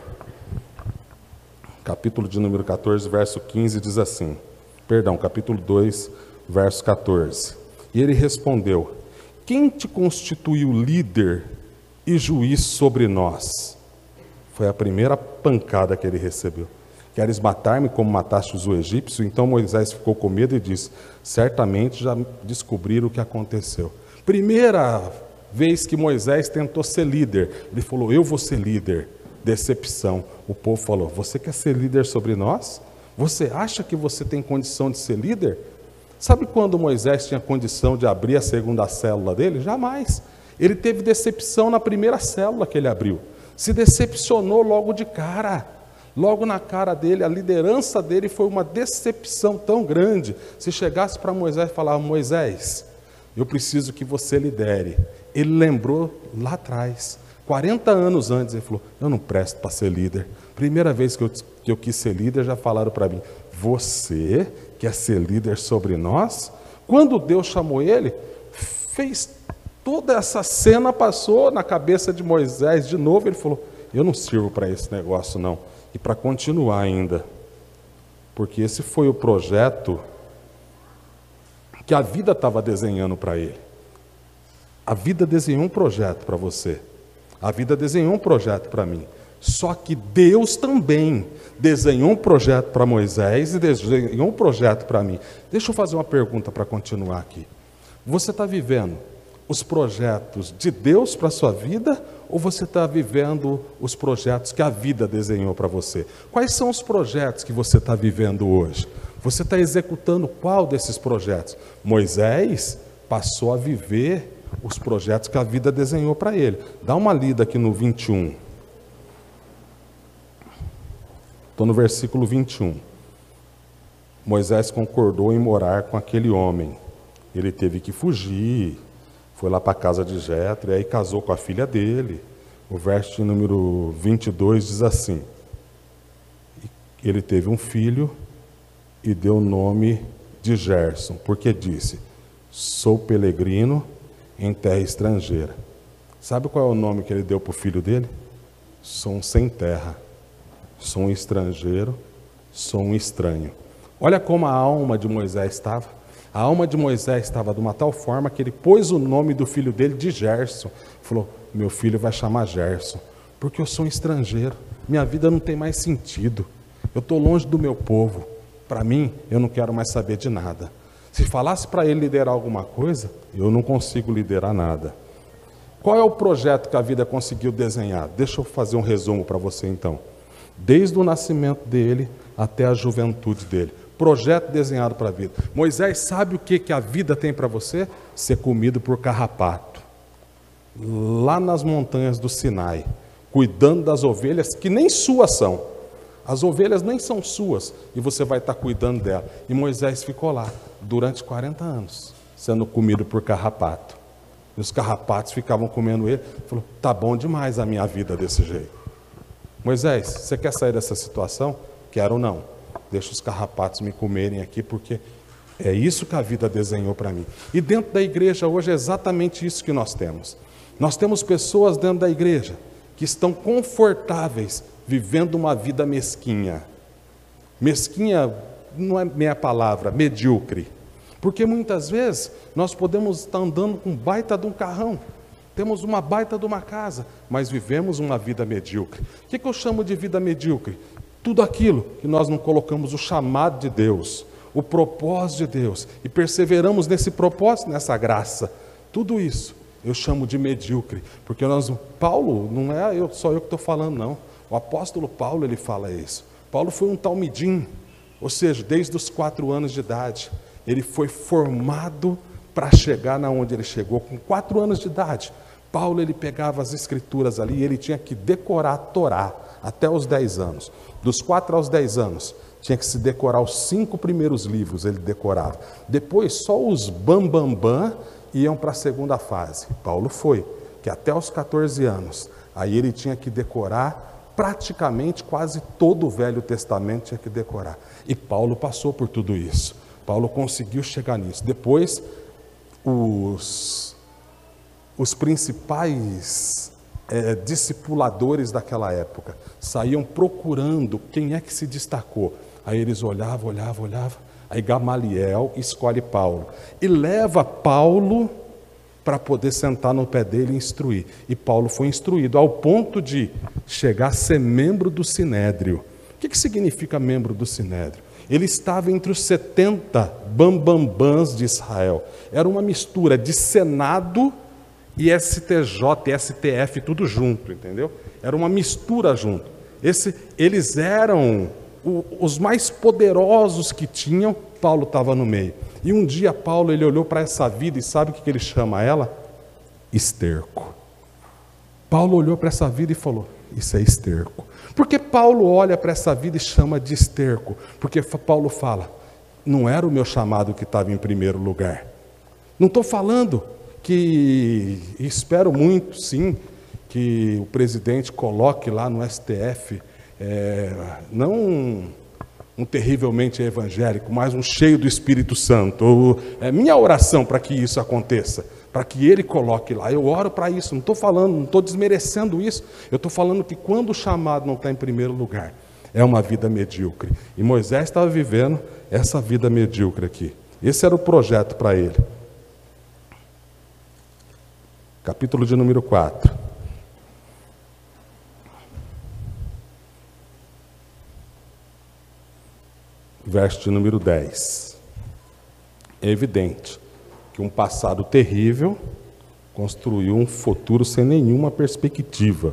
S2: Capítulo de número catorze, verso quinze, diz assim, perdão, capítulo dois, verso catorze. E ele respondeu, quem te constituiu líder e juiz sobre nós? Foi a primeira pancada que ele recebeu. Queres matar-me como mataste os egípcios? Então Moisés ficou com medo e disse, certamente já descobriram o que aconteceu. Primeira vez que Moisés tentou ser líder, ele falou, eu vou ser líder. Decepção. O povo falou, você quer ser líder sobre nós? Você acha que você tem condição de ser líder? Sabe quando Moisés tinha condição de abrir a segunda célula dele? Jamais. Ele teve decepção na primeira célula que ele abriu. Se decepcionou logo de cara. Logo na cara dele, a liderança dele foi uma decepção tão grande. Se chegasse para Moisés e falar, Moisés, eu preciso que você lidere. Ele lembrou lá atrás, quarenta anos antes, ele falou, eu não presto para ser líder. Primeira vez que eu, que eu quis ser líder, já falaram para mim, você quer ser líder sobre nós? Quando Deus chamou ele, fez toda essa cena, passou na cabeça de Moisés de novo, ele falou, eu não sirvo para esse negócio não. E para continuar ainda, porque esse foi o projeto que a vida estava desenhando para ele. A vida desenhou um projeto para você. A vida desenhou um projeto para mim. Só que Deus também desenhou um projeto para Moisés e desenhou um projeto para mim. Deixa eu fazer uma pergunta para continuar aqui. Você está vivendo os projetos de Deus para a sua vida ou você está vivendo os projetos que a vida desenhou para você? Quais são os projetos que você está vivendo hoje? Você está executando qual desses projetos? Moisés passou a viver os projetos que a vida desenhou para ele. Dá uma lida aqui no vinte e um. Estou no versículo vinte e um. Moisés concordou em morar com aquele homem. Ele teve que fugir, foi lá para a casa de Jetro, e aí casou com a filha dele. O verso número vinte e dois diz assim, ele teve um filho e deu o nome de Gerson, porque disse, sou peregrino em terra estrangeira. Sabe qual é o nome que ele deu para o filho dele? Sou um sem terra, sou um estrangeiro, sou um estranho. Olha como a alma de Moisés estava. A alma de Moisés estava de uma tal forma que ele pôs o nome do filho dele de Gerson. Falou, meu filho vai chamar Gerson, porque eu sou um estrangeiro, minha vida não tem mais sentido, eu estou longe do meu povo, para mim, eu não quero mais saber de nada. Se falasse para ele liderar alguma coisa, eu não consigo liderar nada. Qual é o projeto que a vida conseguiu desenhar? Deixa eu fazer um resumo para você então. Desde o nascimento dele até a juventude dele. Projeto desenhado para a vida. Moisés sabe o que, que a vida tem para você? Ser comido por carrapato. Lá nas montanhas do Sinai, cuidando das ovelhas que nem suas são. As ovelhas nem são suas e você vai estar cuidando dela. E Moisés ficou lá durante quarenta anos, sendo comido por carrapato. E os carrapatos ficavam comendo ele. Ele falou, tá bom demais a minha vida desse jeito. Moisés, você quer sair dessa situação? Quero não. Deixa os carrapatos me comerem aqui, porque é isso que a vida desenhou para mim. E dentro da igreja hoje é exatamente isso que nós temos. Nós temos pessoas dentro da igreja que estão confortáveis vivendo uma vida mesquinha. Mesquinha não é minha palavra, medíocre. Porque muitas vezes nós podemos estar andando com baita de um carrão, temos uma baita de uma casa, mas vivemos uma vida medíocre. O que, que eu chamo de vida medíocre? Tudo aquilo que nós não colocamos o chamado de Deus, o propósito de Deus, e perseveramos nesse propósito, nessa graça. Tudo isso eu chamo de medíocre, porque nós, Paulo, não é eu, só eu que estou falando, não. O apóstolo Paulo, ele fala isso. Paulo foi um talmidim, ou seja, desde os quatro anos de idade, ele foi formado para chegar na onde ele chegou. Com quatro anos de idade, Paulo, ele pegava as escrituras ali, ele tinha que decorar a Torá. até os dez anos. Dos quatro aos dez anos, tinha que se decorar os cinco primeiros livros, ele decorava. Depois, só os bambambam bam, bam, iam para a segunda fase. Paulo foi, que até os quatorze anos, aí ele tinha que decorar praticamente quase todo o Velho Testamento, tinha que decorar. E Paulo passou por tudo isso. Paulo conseguiu chegar nisso. Depois, os, os principais é, discipuladores daquela época saíam procurando quem é que se destacou. Aí eles olhavam, olhavam, olhavam. Aí Gamaliel escolhe Paulo e leva Paulo para poder sentar no pé dele e instruir. E Paulo foi instruído ao ponto de chegar a ser membro do Sinédrio. O que, que significa membro do Sinédrio? Ele estava entre os setenta bambambãs de Israel. Era uma mistura de Senado e S T J, S T F, tudo junto, entendeu? Era uma mistura junto. Esse, eles eram o, os mais poderosos que tinham, Paulo estava no meio. E um dia Paulo ele olhou para essa vida e sabe o que ele chama ela? Esterco. Paulo olhou para essa vida e falou, isso é esterco. Por que Paulo olha para essa vida e chama de esterco? Porque Paulo fala, não era o meu chamado que estava em primeiro lugar. Não estou falando que, espero muito sim, que o presidente coloque lá no S T F, é, não um, um terrivelmente evangélico, mas um cheio do Espírito Santo. É minha oração para que isso aconteça, para que ele coloque lá. Eu oro para isso, não estou falando, não estou desmerecendo isso. Eu estou falando que quando o chamado não está em primeiro lugar, é uma vida medíocre. E Moisés estava vivendo essa vida medíocre aqui. Esse era o projeto para ele. Capítulo de número quatro. Verso de número dez. É evidente que um passado terrível construiu um futuro sem nenhuma perspectiva.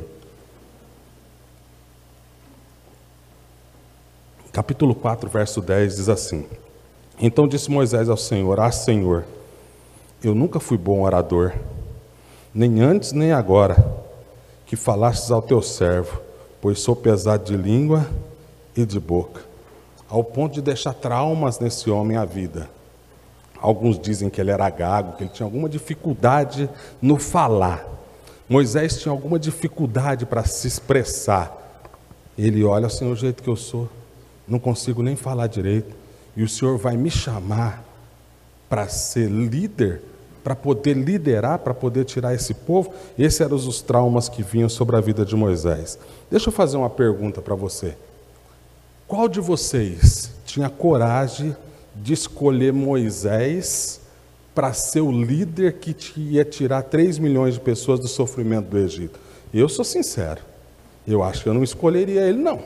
S2: Capítulo quatro, verso dez diz assim: Então disse Moisés ao Senhor, Ah, Senhor, eu nunca fui bom orador, nem antes nem agora, que falastes ao teu servo, pois sou pesado de língua e de boca, ao ponto de deixar traumas nesse homem à vida. Alguns dizem que ele era gago, que ele tinha alguma dificuldade no falar. Moisés tinha alguma dificuldade para se expressar. Ele olha assim, o jeito que eu sou, não consigo nem falar direito, e o Senhor vai me chamar para ser líder, para poder liderar, para poder tirar esse povo. Esses eram os traumas que vinham sobre a vida de Moisés. Deixa eu fazer uma pergunta para você. Qual de vocês tinha coragem de escolher Moisés para ser o líder que ia tirar três milhões de pessoas do sofrimento do Egito? Eu sou sincero, eu acho que eu não escolheria ele, não.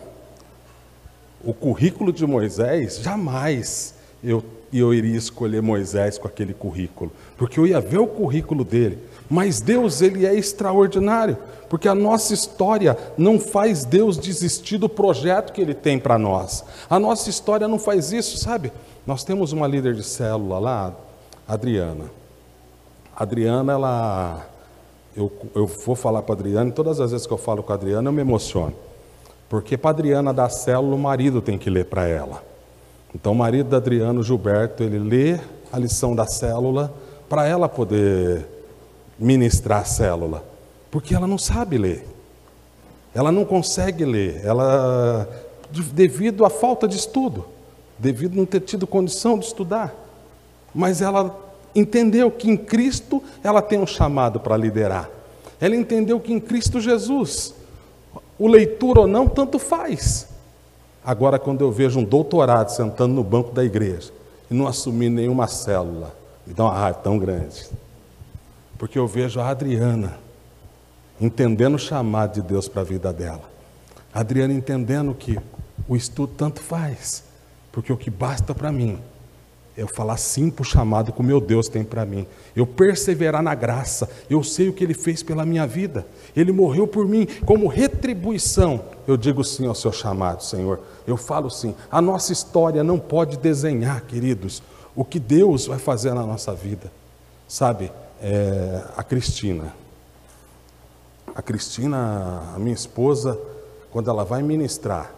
S2: O currículo de Moisés, jamais eu, eu iria escolher Moisés com aquele currículo, porque eu ia ver o currículo dele. Mas Deus, ele é extraordinário, porque a nossa história não faz Deus desistir do projeto que ele tem para nós. A nossa história não faz isso, sabe? Nós temos uma líder de célula lá, Adriana. Adriana, ela... Eu, eu vou falar para a Adriana, e todas as vezes que eu falo com a Adriana, eu me emociono. Porque para a Adriana da célula, o marido tem que ler para ela. Então o marido da Adriana, o Gilberto, ele lê a lição da célula para ela poder ministrar a célula. Porque ela não sabe ler. Ela não consegue ler. Ela, devido à falta de estudo, devido a não ter tido condição de estudar. Mas ela entendeu que em Cristo ela tem um chamado para liderar. Ela entendeu que em Cristo Jesus, o leitura ou não, tanto faz. Agora, quando eu vejo um doutorado sentando no banco da igreja e não assumir nenhuma célula, me dá uma raiva tão grande. Porque eu vejo a Adriana entendendo o chamado de Deus para a vida dela. A Adriana entendendo que o estudo tanto faz, porque o que basta para mim é eu falar sim para o chamado que o meu Deus tem para mim. Eu perseverar na graça. Eu sei o que Ele fez pela minha vida. Ele morreu por mim como retribuição. Eu digo sim ao seu chamado, Senhor. Eu falo sim. A nossa história não pode desenhar, queridos, o que Deus vai fazer na nossa vida. Sabe, é, a Cristina. A Cristina, a minha esposa, quando ela vai ministrar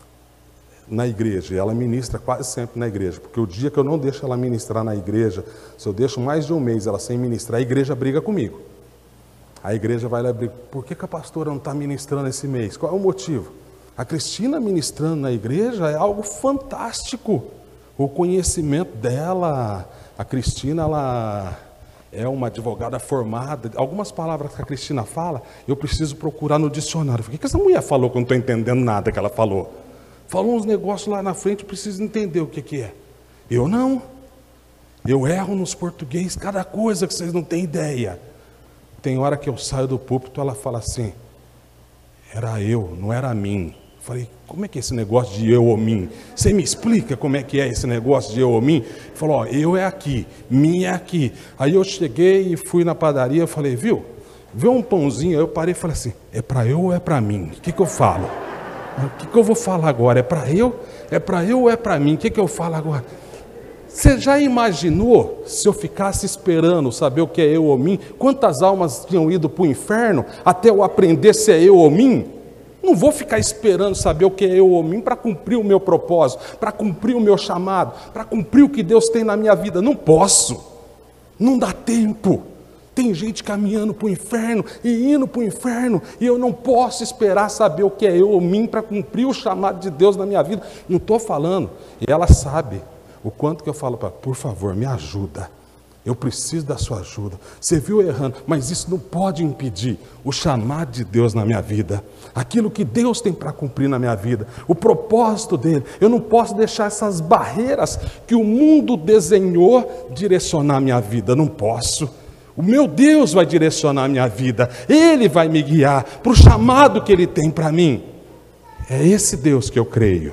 S2: na igreja, e ela ministra quase sempre na igreja, porque o dia que eu não deixo ela ministrar na igreja, se eu deixo mais de um mês ela sem ministrar, a igreja briga comigo. A igreja vai lá e briga, por que, que a pastora não está ministrando esse mês? Qual é o motivo? A Cristina ministrando na igreja é algo fantástico. O conhecimento dela, a Cristina, ela é uma advogada formada. Algumas palavras que a Cristina fala, eu preciso procurar no dicionário. O que, que essa mulher falou que eu não estou entendendo nada que ela falou? Falou uns negócios lá na frente, eu preciso entender o que, que é. Eu não. Eu erro nos português, cada coisa que vocês não têm ideia. Tem hora que eu saio do púlpito, ela fala assim, era eu, não era mim. Eu falei, como é que é esse negócio de eu ou mim? Você me explica como é que é esse negócio de eu ou mim? Falou, ó, eu é aqui, mim é aqui. Aí eu cheguei e fui na padaria, eu falei, viu, vê um pãozinho. Aí eu parei e falei assim, é para eu ou é para mim? O que, que eu falo? O que, que eu vou falar agora? É para eu? É para eu ou é para mim? O que, que eu falo agora? Você já imaginou se eu ficasse esperando saber o que é eu ou mim? Quantas almas tinham ido para o inferno até eu aprender se é eu ou mim? Não vou ficar esperando saber o que é eu ou mim para cumprir o meu propósito, para cumprir o meu chamado, para cumprir o que Deus tem na minha vida. Não posso. Não dá tempo. Tem gente caminhando para o inferno e indo para o inferno, e eu não posso esperar saber o que é eu ou mim para cumprir o chamado de Deus na minha vida. Não estou falando, e ela sabe o quanto que eu falo para ela, por favor, me ajuda, eu preciso da sua ajuda. Você viu errando, mas isso não pode impedir o chamado de Deus na minha vida, aquilo que Deus tem para cumprir na minha vida, o propósito dele. Eu não posso deixar essas barreiras que o mundo desenhou direcionar a minha vida, não posso. O meu Deus vai direcionar a minha vida, Ele vai me guiar para o chamado que Ele tem para mim. É esse Deus que eu creio.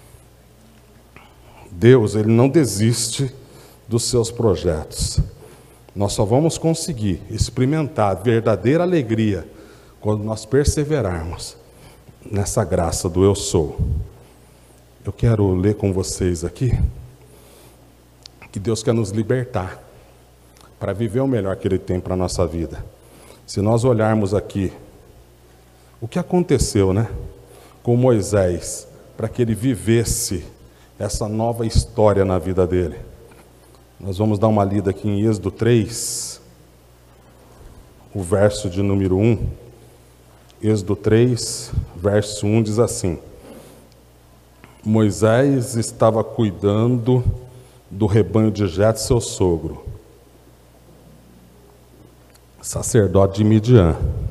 S2: Deus, Ele não desiste dos seus projetos. Nós só vamos conseguir experimentar a verdadeira alegria quando nós perseverarmos nessa graça do eu sou. Eu quero ler com vocês aqui que Deus quer nos libertar para viver o melhor que Ele tem para a nossa vida. Se nós olharmos aqui o que aconteceu, né, com Moisés, para que ele vivesse essa nova história na vida dele. Nós vamos dar uma lida aqui em Êxodo três, o verso de número um. Êxodo três, verso um diz assim: Moisés estava cuidando do rebanho de Jetro, seu sogro, sacerdote de Midian,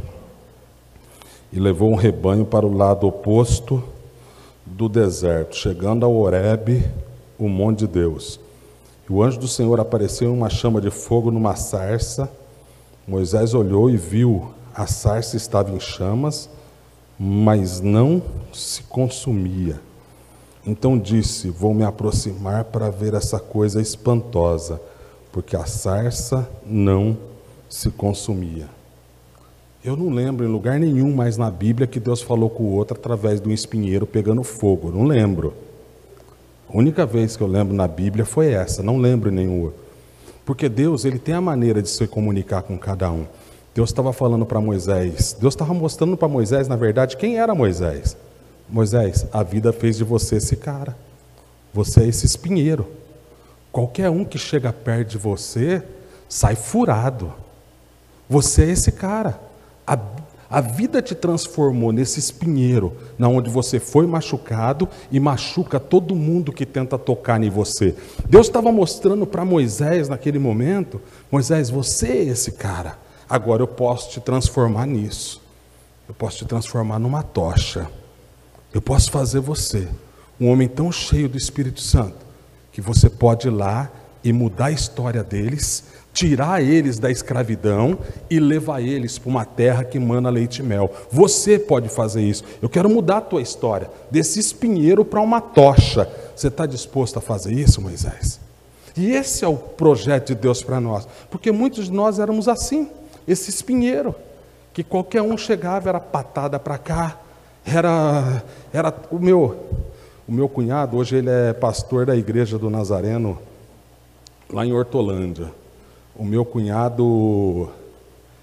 S2: e levou um rebanho para o lado oposto do deserto, chegando ao Horebe, o monte de Deus. E o anjo do Senhor apareceu em uma chama de fogo numa sarça. Moisés olhou e viu, a sarça estava em chamas, mas não se consumia. Então disse, vou me aproximar para ver essa coisa espantosa, porque a sarça não se consumia. Eu não lembro em lugar nenhum mais na Bíblia que Deus falou com o outro através de um espinheiro pegando fogo. Não lembro. A única vez que eu lembro na Bíblia foi essa. Não lembro nenhuma. Porque Deus, Ele tem a maneira de se comunicar com cada um. Deus estava falando para Moisés. Deus estava mostrando para Moisés, na verdade, quem era Moisés. Moisés, a vida fez de você esse cara. Você é esse espinheiro. Qualquer um que chega perto de você sai furado. Você é esse cara. A, a vida te transformou nesse espinheiro, na onde você foi machucado e machuca todo mundo que tenta tocar em você. Deus estava mostrando para Moisés naquele momento, Moisés, você é esse cara. Agora eu posso te transformar nisso. Eu posso te transformar numa tocha. Eu posso fazer você um homem tão cheio do Espírito Santo, que você pode ir lá e mudar a história deles, tirar eles da escravidão e levar eles para uma terra que emana leite e mel. Você pode fazer isso. Eu quero mudar a tua história, desse espinheiro para uma tocha. Você está disposto a fazer isso, Moisés? E esse é o projeto de Deus para nós, porque muitos de nós éramos assim, esse espinheiro, que qualquer um chegava, era patada para cá, era, era o meu, o meu cunhado, hoje ele é pastor da igreja do Nazareno, lá em Hortolândia. O meu cunhado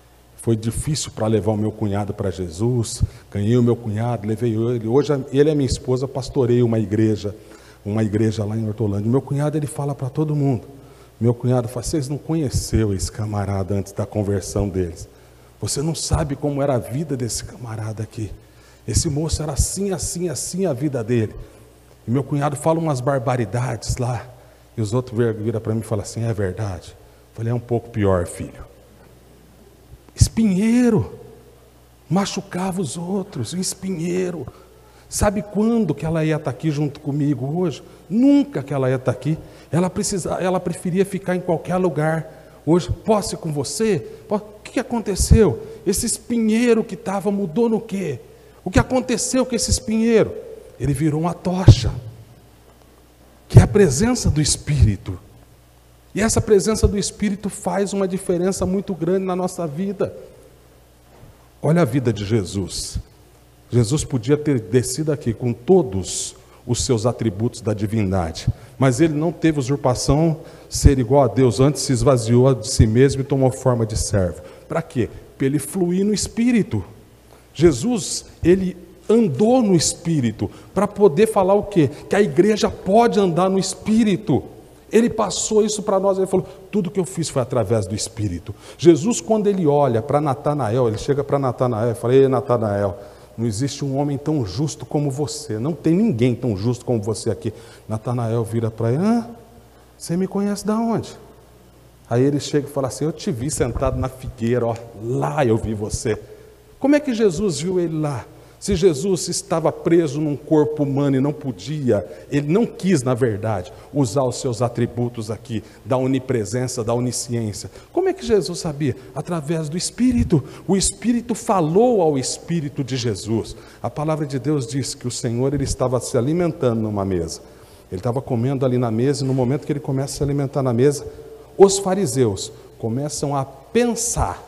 S2: Foi difícil para levar o meu cunhado para Jesus. Ganhei o meu cunhado, levei ele. Hoje ele e a minha esposa pastoreiam uma igreja, uma igreja lá em Hortolândia. Meu cunhado, ele fala para todo mundo. Meu cunhado fala: vocês não conheceram esse camarada antes da conversão deles. Você não sabe como era a vida desse camarada aqui. Esse moço era assim, assim, assim a vida dele. E meu cunhado fala umas barbaridades lá. E os outros viram para mim e falam assim: é verdade? Eu falei: é um pouco pior, filho. Espinheiro. Machucava os outros, espinheiro. Sabe quando que ela ia estar aqui junto comigo hoje? Nunca que ela ia estar aqui. Ela, precisa, ela preferia ficar em qualquer lugar. Hoje, posso ir com você? O que aconteceu? Esse espinheiro que estava mudou no quê? O que aconteceu com esse espinheiro? Ele virou uma tocha, que é a presença do Espírito. E essa presença do Espírito faz uma diferença muito grande na nossa vida. Olha a vida de Jesus. Jesus podia ter descido aqui com todos os seus atributos da divindade, mas ele não teve usurpação, ser igual a Deus. Antes se esvaziou de si mesmo e tomou forma de servo. Para quê? Para ele fluir no Espírito. Jesus, ele andou no Espírito, para poder falar o quê? Que a igreja pode andar no Espírito. Ele passou isso para nós, ele falou: tudo que eu fiz foi através do Espírito. Jesus, quando ele olha para Natanael, ele chega para Natanael e fala: ei, Natanael, não existe um homem tão justo como você, não tem ninguém tão justo como você aqui. Natanael vira para ele: ah, você me conhece de onde? Aí ele chega e fala assim: eu te vi sentado na figueira, ó, lá eu vi você. Como é que Jesus viu ele lá? Se Jesus estava preso num corpo humano e não podia, ele não quis, na verdade, usar os seus atributos aqui, da onipresença, da onisciência. Como é que Jesus sabia? Através do Espírito. O Espírito falou ao Espírito de Jesus. A palavra de Deus diz que o Senhor, ele estava se alimentando numa mesa. Ele estava comendo ali na mesa, e no momento que ele começa a se alimentar na mesa, os fariseus começam a pensar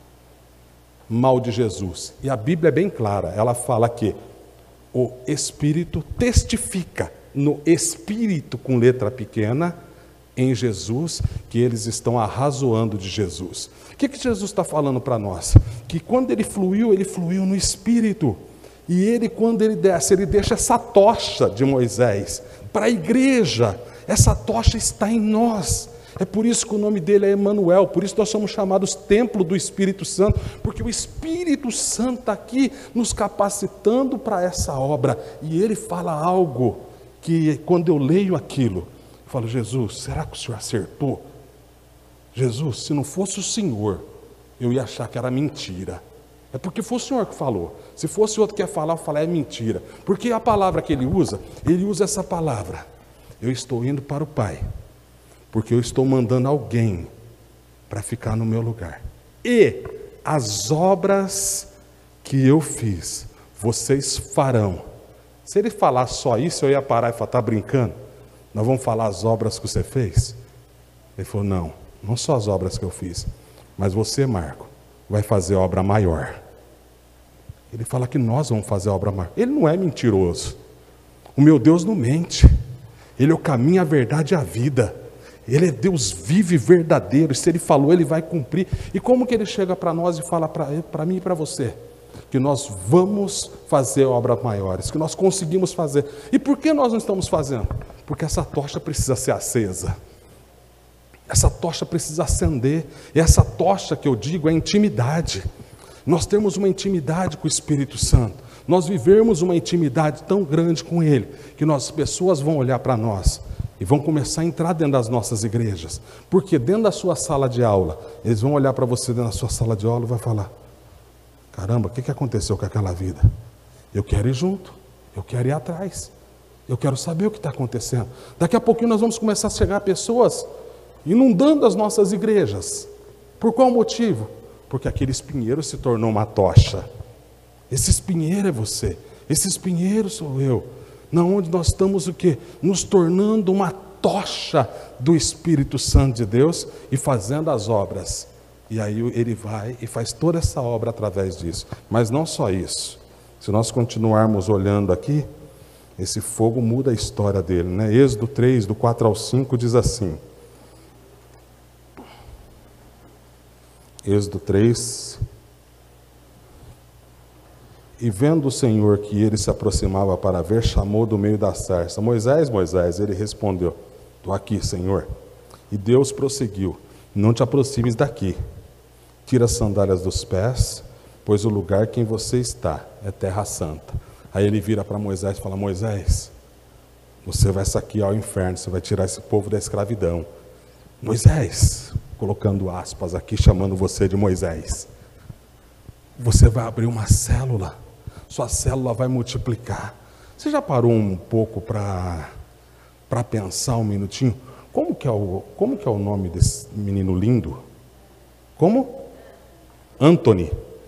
S2: mal de Jesus. E a Bíblia é bem clara, ela fala que o Espírito testifica no Espírito com letra pequena em Jesus, que eles estão arrazoando de Jesus. O que, que Jesus está falando para nós? Que quando ele fluiu, ele fluiu no Espírito. E ele, quando ele desce, ele deixa essa tocha de Moisés para a igreja. Essa tocha está em nós. É por isso que o nome dele é Emanuel, por isso nós somos chamados templo do Espírito Santo, porque o Espírito Santo está aqui nos capacitando para essa obra. E ele fala algo que, quando eu leio aquilo, eu falo: Jesus, será que o Senhor acertou? Jesus, se não fosse o Senhor, eu ia achar que era mentira. É porque foi o Senhor que falou. Se fosse outro que ia falar, eu falar: é mentira. Porque a palavra que ele usa, ele usa essa palavra: eu estou indo para o Pai, porque eu estou mandando alguém para ficar no meu lugar. E as obras que eu fiz, vocês farão. Se ele falar só isso, eu ia parar e falar: está brincando? Nós vamos falar as obras que você fez? Ele falou: não, não só as obras que eu fiz, mas você, Marco, vai fazer obra maior. Ele fala que nós vamos fazer obra maior. Ele não é mentiroso. O meu Deus não mente. Ele é o caminho, a verdade e a vida. Ele é Deus vivo e verdadeiro, e se ele falou, ele vai cumprir. E como que ele chega para nós e fala para mim e para você? Que nós vamos fazer obras maiores, que nós conseguimos fazer. E por que nós não estamos fazendo? Porque essa tocha precisa ser acesa. Essa tocha precisa acender. E essa tocha que eu digo é intimidade. Nós temos uma intimidade com o Espírito Santo. Nós vivemos uma intimidade tão grande com Ele, que as pessoas vão olhar para nós e vão começar a entrar dentro das nossas igrejas. Porque dentro da sua sala de aula, eles vão olhar para você dentro da sua sala de aula e vai falar: caramba, o que, que aconteceu com aquela vida? Eu quero ir junto, eu quero ir atrás, eu quero saber o que está acontecendo. Daqui a pouquinho nós vamos começar a chegar pessoas inundando as nossas igrejas. Por qual motivo? Porque aquele espinheiro se tornou uma tocha. Esse espinheiro é você, esse espinheiro sou eu. Na onde nós estamos o quê? Nos tornando uma tocha do Espírito Santo de Deus e fazendo as obras. E aí ele vai e faz toda essa obra através disso. Mas não só isso. Se nós continuarmos olhando aqui, esse fogo muda a história dele, né? Êxodo três, do quatro ao cinco, diz assim. Êxodo três, E vendo o Senhor que ele se aproximava para ver, chamou do meio da sarça: Moisés, Moisés. Ele respondeu: estou aqui, Senhor. E Deus prosseguiu: não te aproximes daqui, tira as sandálias dos pés, pois o lugar que em você está é terra santa. Aí ele vira para Moisés e fala: Moisés, você vai saquear o inferno, você vai tirar esse povo da escravidão. Moisés, colocando aspas aqui, chamando você de Moisés, você vai abrir uma célula, sua célula vai multiplicar. Você já parou um pouco para para pensar um minutinho? Como que, é o, como que é o nome desse menino lindo? Como? Anthony.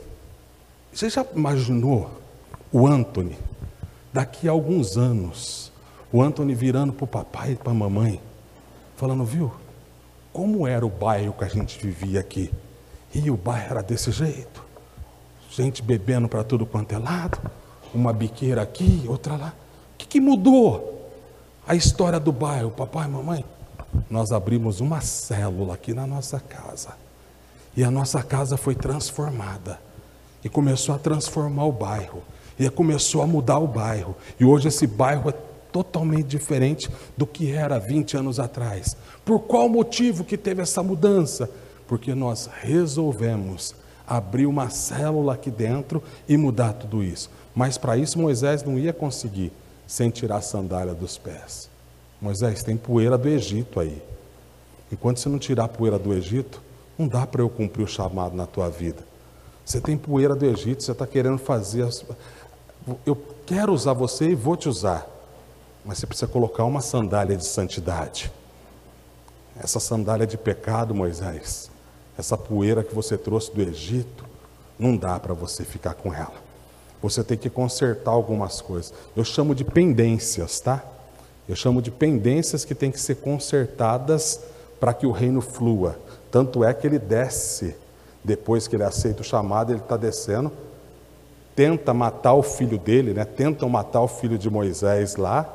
S2: Você já imaginou o Anthony, daqui a alguns anos, o Anthony virando para o papai e para a mamãe, falando: viu, como era o bairro que a gente vivia aqui? E o bairro era desse jeito, gente bebendo para tudo quanto é lado, uma biqueira aqui, outra lá. O que, que mudou? A história do bairro, papai e mamãe. Nós abrimos uma célula aqui na nossa casa, e a nossa casa foi transformada, e começou a transformar o bairro, e começou a mudar o bairro, e hoje esse bairro é totalmente diferente do que era vinte anos atrás. Por qual motivo que teve essa mudança? Porque nós resolvemos abrir uma célula aqui dentro e mudar tudo isso. Mas para isso Moisés não ia conseguir sem tirar a sandália dos pés. Moisés, tem poeira do Egito aí. Enquanto você não tirar a poeira do Egito, não dá para eu cumprir o chamado na tua vida. Você tem poeira do Egito, você está querendo fazer... As... Eu quero usar você e vou te usar. Mas você precisa colocar uma sandália de santidade. Essa sandália de pecado, Moisés, essa poeira que você trouxe do Egito, não dá para você ficar com ela. Você tem que consertar algumas coisas. Eu chamo de pendências, tá? Eu chamo de pendências que tem que ser consertadas para que o reino flua. Tanto é que ele desce, depois que ele aceita o chamado, ele está descendo, tenta matar o filho dele, né? Tentam matar o filho de Moisés lá,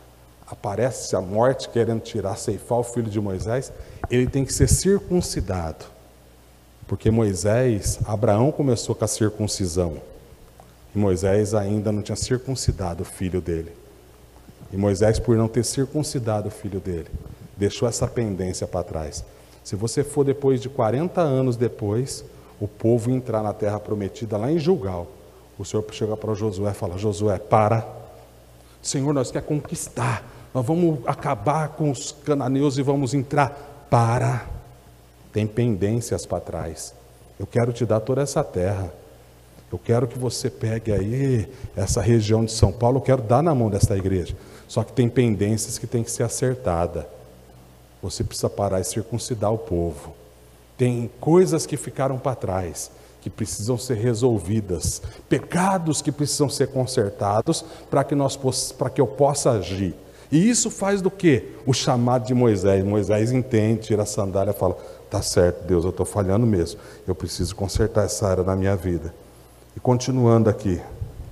S2: aparece a morte querendo tirar, ceifar o filho de Moisés. Ele tem que ser circuncidado, porque Moisés, Abraão começou com a circuncisão, e Moisés ainda não tinha circuncidado o filho dele. E Moisés, por não ter circuncidado o filho dele, deixou essa pendência para trás. Se você for depois de quarenta anos depois, o povo entrar na terra prometida lá em Gilgal, o Senhor chega para Josué e fala: Josué, para. Senhor, nós queremos conquistar, nós vamos acabar com os cananeus e vamos entrar. Para. Tem pendências para trás. Eu quero te dar toda essa terra. Eu quero que você pegue aí essa região de São Paulo, eu quero dar na mão dessa igreja. Só que tem pendências que tem que ser acertada. Você precisa parar e circuncidar o povo. Tem coisas que ficaram para trás, que precisam ser resolvidas, pecados que precisam ser consertados para que nós para que eu possa agir. E isso faz do quê? O chamado de Moisés. Moisés entende, tira a sandália e fala: tá certo, Deus, eu estou falhando mesmo. Eu preciso consertar essa área na minha vida. E continuando aqui,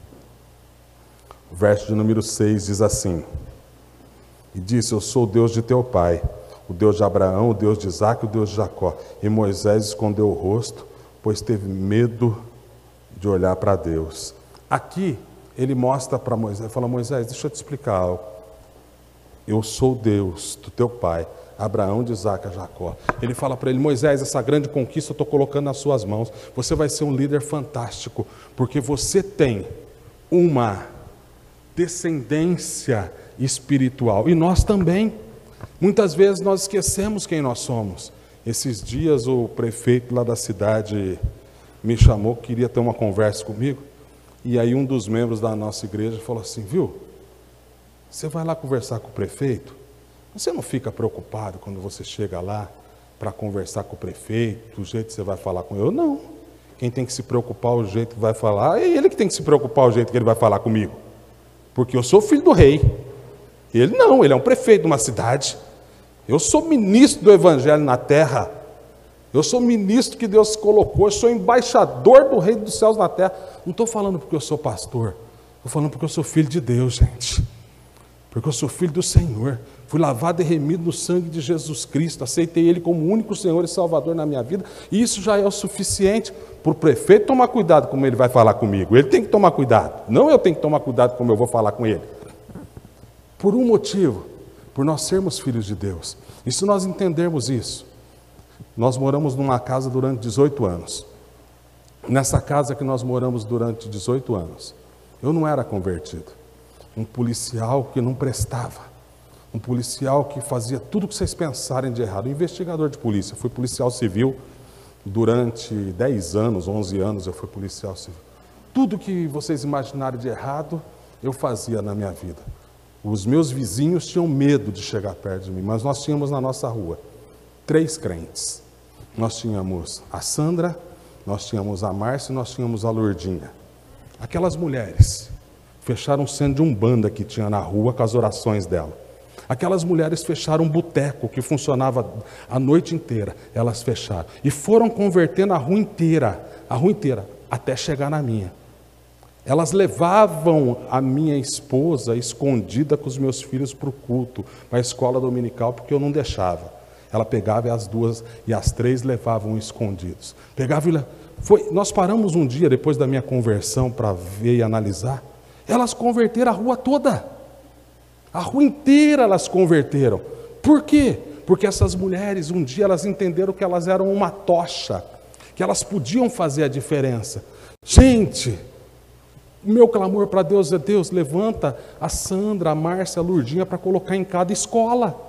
S2: o verso de número seis diz assim: e disse: eu sou o Deus de teu pai, o Deus de Abraão, o Deus de Isaque, o Deus de Jacó. E Moisés escondeu o rosto, pois teve medo de olhar para Deus. Aqui ele mostra para Moisés, fala: Moisés, deixa eu te explicar algo. Eu sou Deus do teu pai, Abraão, de Isaque, Jacó. Ele fala para ele: Moisés, essa grande conquista eu estou colocando nas suas mãos. Você vai ser um líder fantástico, porque você tem uma descendência espiritual. E nós também. Muitas vezes nós esquecemos quem nós somos. Esses dias o prefeito lá da cidade me chamou, queria ter uma conversa comigo. E aí um dos membros da nossa igreja falou assim: viu, você vai lá conversar com o prefeito? Você não fica preocupado quando você chega lá para conversar com o prefeito, do jeito que você vai falar com ele? Não. Quem tem que se preocupar o jeito que vai falar, é ele que tem que se preocupar o jeito que ele vai falar comigo. Porque eu sou filho do rei. Ele não, ele é um prefeito de uma cidade. Eu sou ministro do evangelho na terra. Eu sou ministro que Deus colocou. Eu sou embaixador do reino dos céus na terra. Não estou falando porque eu sou pastor. Estou falando porque eu sou filho de Deus, gente. porque eu sou filho do Senhor, fui lavado e remido no sangue de Jesus Cristo, aceitei Ele como único Senhor e Salvador na minha vida, e isso já é o suficiente para o prefeito tomar cuidado como ele vai falar comigo. Ele tem que tomar cuidado, não eu tenho que tomar cuidado como eu vou falar com ele. Por um motivo, por nós sermos filhos de Deus. E se nós entendermos isso, nós moramos numa casa durante dezoito anos. Nessa casa que nós moramos durante dezoito anos, eu não era convertido. Um policial que não prestava. Um policial que fazia tudo o que vocês pensarem de errado. Um investigador de polícia. Eu fui policial civil durante dez anos, onze anos eu fui policial civil. Tudo que vocês imaginarem de errado, eu fazia na minha vida. Os meus vizinhos tinham medo de chegar perto de mim, mas nós tínhamos na nossa rua três crentes. Nós tínhamos a Sandra, nós tínhamos a Márcia e nós tínhamos a Lourdinha. Aquelas mulheres fecharam o centro de umbanda que tinha na rua com as orações dela. Aquelas mulheres fecharam um boteco que funcionava a noite inteira. Elas fecharam. E foram convertendo a rua inteira, a rua inteira, até chegar na minha. Elas levavam a minha esposa escondida com os meus filhos para o culto, para a escola dominical, porque eu não deixava. Ela pegava e as duas e as três levavam escondidos. Pegava e foi. Nós paramos um dia depois da minha conversão para ver e analisar. Elas converteram a rua toda. A rua inteira elas converteram. Por quê? Porque essas mulheres, um dia elas entenderam que elas eram uma tocha, que elas podiam fazer a diferença. Gente, o meu clamor para Deus é: Deus, levanta a Sandra, a Márcia, a Lourdinha para colocar em cada escola.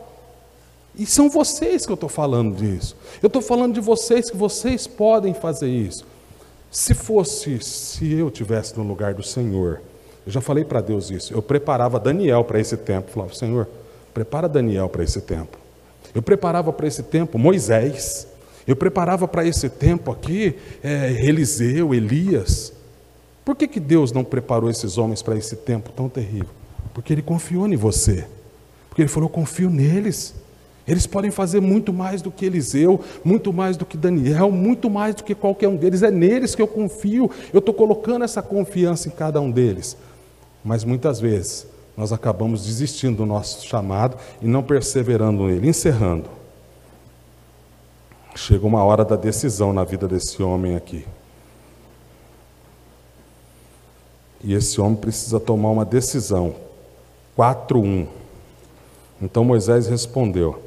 S2: E são vocês que eu estou falando disso. Eu estou falando de vocês, que vocês podem fazer isso. Se fosse, se eu estivesse no lugar do Senhor, eu já falei para Deus isso, eu preparava Daniel para esse tempo. Falava: Senhor, prepara Daniel para esse tempo. Eu preparava para esse tempo Moisés. Eu preparava para esse tempo aqui é, Eliseu, Elias. Por que que Deus não preparou esses homens para esse tempo tão terrível? Porque Ele confiou em você. Porque Ele falou: eu confio neles. Eles podem fazer muito mais do que Eliseu, muito mais do que Daniel, muito mais do que qualquer um deles. É neles que eu confio. Eu estou colocando essa confiança em cada um deles. Mas muitas vezes nós acabamos desistindo do nosso chamado e não perseverando nele. Encerrando. Chega uma hora da decisão na vida desse homem aqui. E esse homem precisa tomar uma decisão. quatro um. Então Moisés respondeu: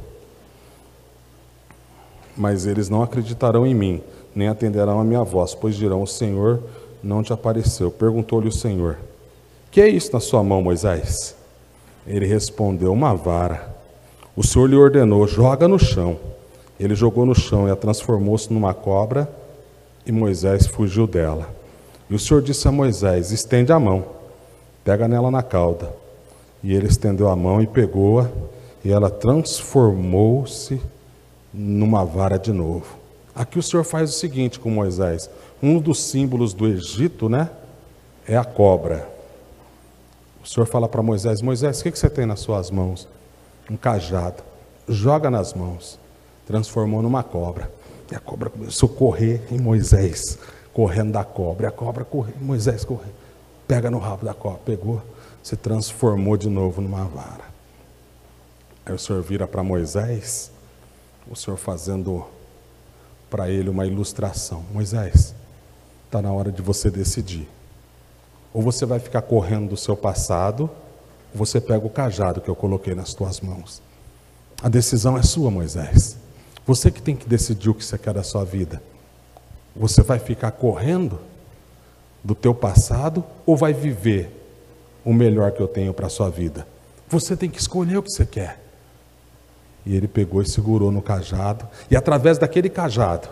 S2: mas eles não acreditarão em mim, nem atenderão a minha voz, pois dirão: o Senhor não te apareceu. Perguntou-lhe o Senhor: que é isso na sua mão, Moisés? Ele respondeu: uma vara. O Senhor lhe ordenou: joga no chão. Ele jogou no chão e a transformou-se numa cobra, e Moisés fugiu dela. E o Senhor disse a Moisés: estende a mão, pega nela na cauda. E ele estendeu a mão e pegou-a, e ela transformou-se numa vara de novo. Aqui o Senhor faz o seguinte com Moisés: um dos símbolos do Egito, né, é a cobra. O Senhor fala para Moisés: Moisés, o que você tem nas suas mãos? Um cajado. Joga nas mãos. Transformou numa cobra. E a cobra começou a correr em Moisés, correndo da cobra. E a cobra correu, Moisés correu. Pega no rabo da cobra. Pegou, se transformou de novo numa vara. Aí o Senhor vira para Moisés, o Senhor fazendo para ele uma ilustração: Moisés, está na hora de você decidir. Ou você vai ficar correndo do seu passado, ou você pega o cajado que eu coloquei nas tuas mãos. A decisão é sua, Moisés. Você que tem que decidir o que você quer da sua vida. Você vai ficar correndo do teu passado, ou vai viver o melhor que eu tenho para a sua vida? Você tem que escolher o que você quer. E ele pegou e segurou no cajado, e através daquele cajado,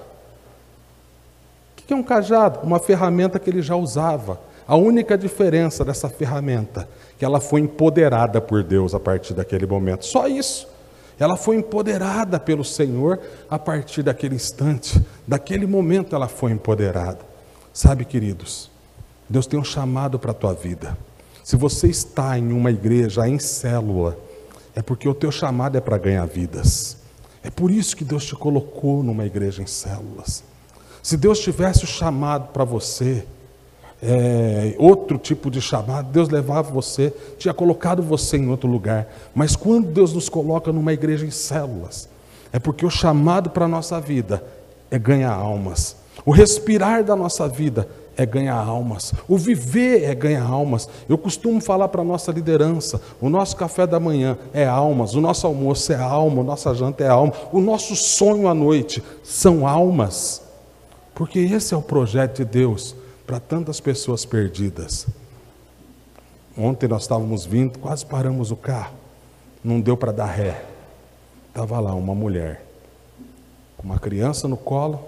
S2: o que é um cajado? Uma ferramenta que ele já usava. A única diferença dessa ferramenta, que ela foi empoderada por Deus a partir daquele momento. Só isso. Ela foi empoderada pelo Senhor a partir daquele instante. Daquele momento ela foi empoderada. Sabe, queridos, Deus tem um chamado para a tua vida. Se você está em uma igreja, em célula, é porque o teu chamado é para ganhar vidas. É por isso que Deus te colocou numa igreja em células. Se Deus tivesse o chamado para você é, outro tipo de chamado, Deus levava você, tinha colocado você em outro lugar. Mas quando Deus nos coloca numa igreja em células, é porque o chamado para a nossa vida é ganhar almas. O respirar da nossa vida é ganhar almas. O viver é ganhar almas. Eu costumo falar para a nossa liderança, o nosso café da manhã é almas, o nosso almoço é alma, a nossa janta é alma, o nosso sonho à noite são almas. Porque esse é o projeto de Deus para tantas pessoas perdidas. Ontem nós estávamos vindo, quase paramos o carro, não deu para dar ré. Estava lá uma mulher, com uma criança no colo,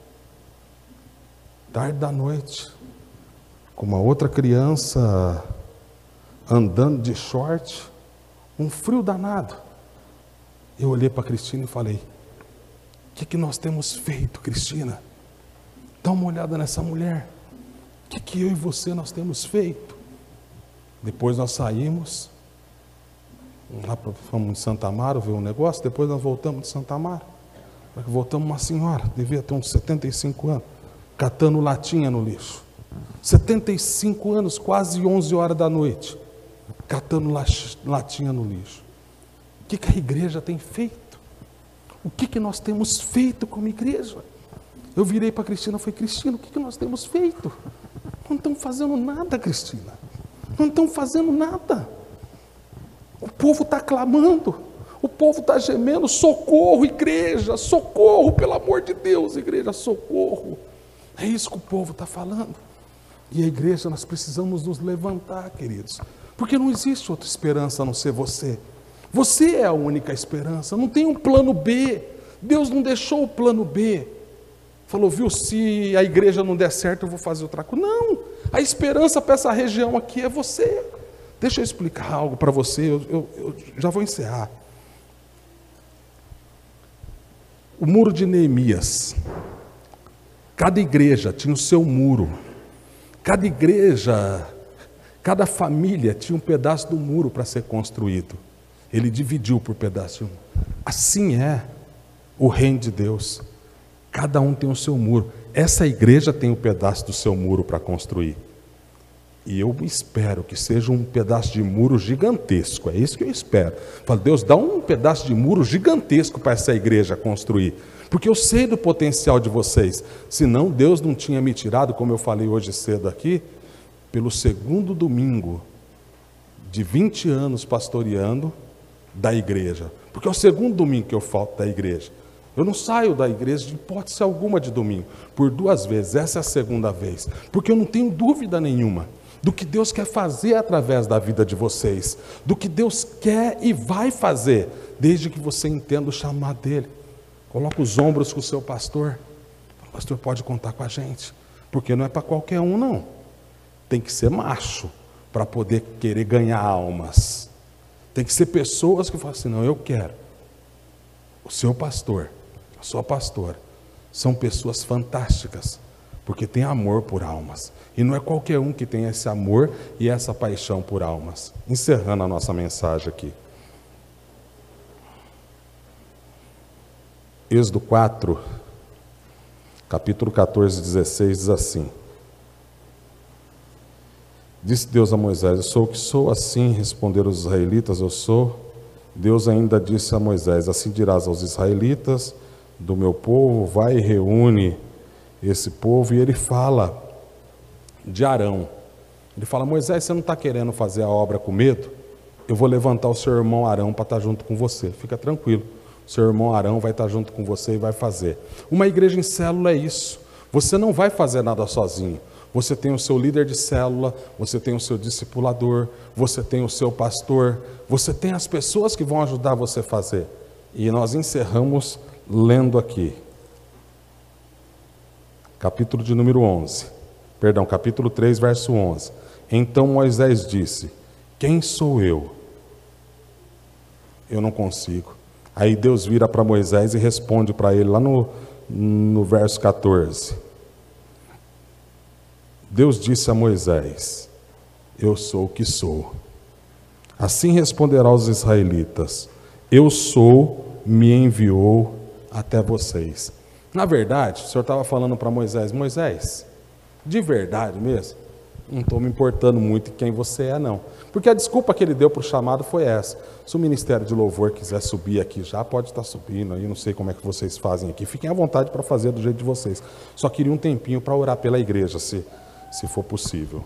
S2: tarde da noite, com uma outra criança andando de short, um frio danado. Eu olhei para a Cristina e falei: o que, que nós temos feito, Cristina? Dá uma olhada nessa mulher. O que, que eu e você nós temos feito? Depois nós saímos, lá pra, fomos em Santa Amaro ver um negócio, depois nós voltamos de Santa Amaro. Voltamos uma senhora, devia ter uns setenta e cinco anos, catando latinha no lixo. setenta e cinco anos, quase onze horas da noite, catando latinha no lixo. O que, que a igreja tem feito? O que, que nós temos feito como igreja? Eu virei para a Cristina e falei: Cristina, o que, que nós temos feito? Não estamos fazendo nada, Cristina. Não estamos fazendo nada. O povo está clamando, o povo está gemendo: socorro, igreja, socorro, pelo amor de Deus, igreja, socorro. É isso que o povo está falando. E a igreja, nós precisamos nos levantar, queridos, porque não existe outra esperança a não ser você. Você é a única esperança, não tem um plano B. Deus não deixou o plano B. Falou: viu, se a igreja não der certo, eu vou fazer outra coisa. Não, a esperança para essa região aqui é você. Deixa eu explicar algo para você, eu, eu, eu já vou encerrar. O muro de Neemias, cada igreja tinha o seu muro, cada igreja, cada família tinha um pedaço do muro para ser construído. Ele dividiu por pedaço. Assim é o reino de Deus. Cada um tem o seu muro. Essa igreja tem um pedaço do seu muro para construir. E eu espero que seja um pedaço de muro gigantesco. É isso que eu espero. Falo: Deus, dá um pedaço de muro gigantesco para essa igreja construir. Porque eu sei do potencial de vocês. Senão Deus não tinha me tirado, como eu falei hoje cedo aqui, pelo segundo domingo de vinte anos pastoreando da igreja. Porque é o segundo domingo que eu falto da igreja. Eu não saio da igreja de hipótese alguma de domingo, por duas vezes, essa é a segunda vez, porque eu não tenho dúvida nenhuma do que Deus quer fazer através da vida de vocês, do que Deus quer e vai fazer, desde que você entenda o chamado dele. Coloca os ombros com o seu pastor: o pastor pode contar com a gente, porque não é para qualquer um não, tem que ser macho, para poder querer ganhar almas, tem que ser pessoas que falam assim: não, eu quero. O seu pastor, a sua pastora, são pessoas fantásticas, porque tem amor por almas, e não é qualquer um que tem esse amor e essa paixão por almas. Encerrando a nossa mensagem aqui, Êxodo quatro, capítulo catorze, dezesseis, diz assim: disse Deus a Moisés: eu sou o que sou. Assim responderam os israelitas: eu sou. Deus ainda disse a Moisés: assim dirás aos israelitas do meu povo, vai e reúne esse povo. E ele fala de Arão. Ele fala: Moisés, você não está querendo fazer a obra com medo? Eu vou levantar o seu irmão Arão para estar junto com você. Fica tranquilo, o seu irmão Arão vai estar junto com você e vai fazer. Uma igreja em célula é isso. Você não vai fazer nada sozinho. Você tem o seu líder de célula, você tem o seu discipulador, você tem o seu pastor, você tem as pessoas que vão ajudar você a fazer. E nós encerramos lendo aqui, capítulo de número onze, perdão, capítulo três, verso onze. Então Moisés disse: quem sou eu? Eu não consigo. Aí Deus vira para Moisés e responde para ele lá no, no verso catorze. Deus disse a Moisés: eu sou o que sou. Assim responderá aos israelitas: eu sou, me enviou até vocês. Na verdade, o Senhor estava falando para Moisés: Moisés, de verdade mesmo, não estou me importando muito em quem você é, não. Porque a desculpa que ele deu para o chamado foi essa. Se o Ministério de Louvor quiser subir aqui já, pode estar subindo, aí não sei como é que vocês fazem aqui. Fiquem à vontade para fazer do jeito de vocês. Só queria um tempinho para orar pela igreja, se, se for possível.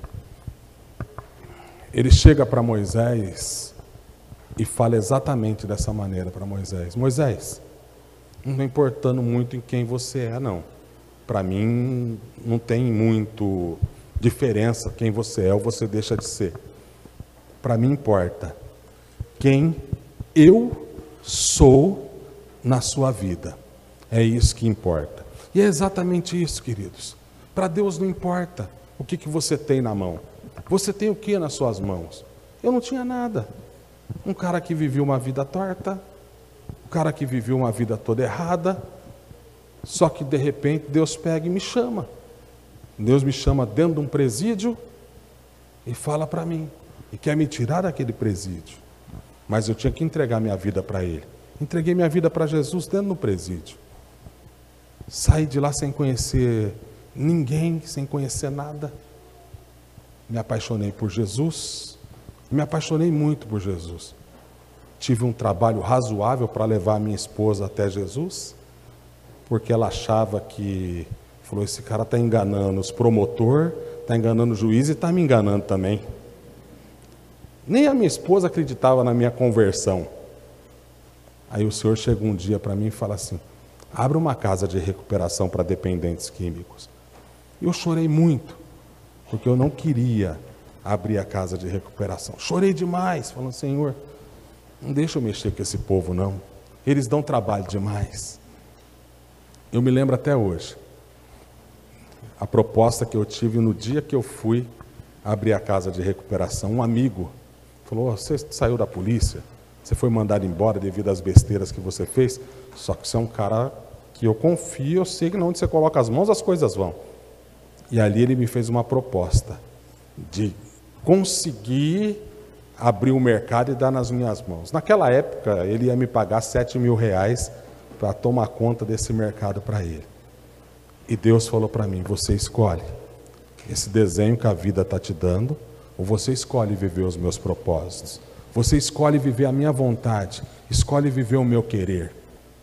S2: Ele chega para Moisés e fala exatamente dessa maneira para Moisés. Moisés, não estou importando muito em quem você é, não. Para mim, não tem muito diferença quem você é ou você deixa de ser. Para mim importa quem eu sou na sua vida. É isso que importa. E é exatamente isso, queridos. Para Deus não importa o que, que você tem na mão. Você tem o que nas suas mãos? Eu não tinha nada. Um cara que viveu uma vida torta, um cara que viveu uma vida toda errada, só que de repente Deus pega e me chama. Deus me chama dentro de um presídio e fala para mim, e quer me tirar daquele presídio. Mas eu tinha que entregar minha vida para Ele. Entreguei minha vida para Jesus dentro do presídio. Saí de lá sem conhecer ninguém, sem conhecer nada. Me apaixonei por Jesus, me apaixonei muito por Jesus. Tive um trabalho razoável para levar a minha esposa até Jesus, porque ela achava que, falou, esse cara está enganando os promotores, está enganando o juiz e está me enganando também. Nem a minha esposa acreditava na minha conversão. Aí o Senhor chega um dia para mim e fala assim, abre uma casa de recuperação para dependentes químicos. E eu chorei muito, porque eu não queria abrir a casa de recuperação. Chorei demais, falando, Senhor, não deixa eu mexer com esse povo não, eles dão trabalho demais. Eu me lembro até hoje, a proposta que eu tive no dia que eu fui abrir a casa de recuperação, um amigo falou, você saiu da polícia, você foi mandado embora devido às besteiras que você fez, só que você é um cara que eu confio, eu sei que onde você coloca as mãos as coisas vão. E ali ele me fez uma proposta de conseguir abrir o mercado e dar nas minhas mãos. Naquela época ele ia me pagar sete mil reais para tomar conta desse mercado para ele. E Deus falou para mim, você escolhe esse desenho que a vida está te dando, ou você escolhe viver os meus propósitos. Você escolhe viver a minha vontade, escolhe viver o meu querer.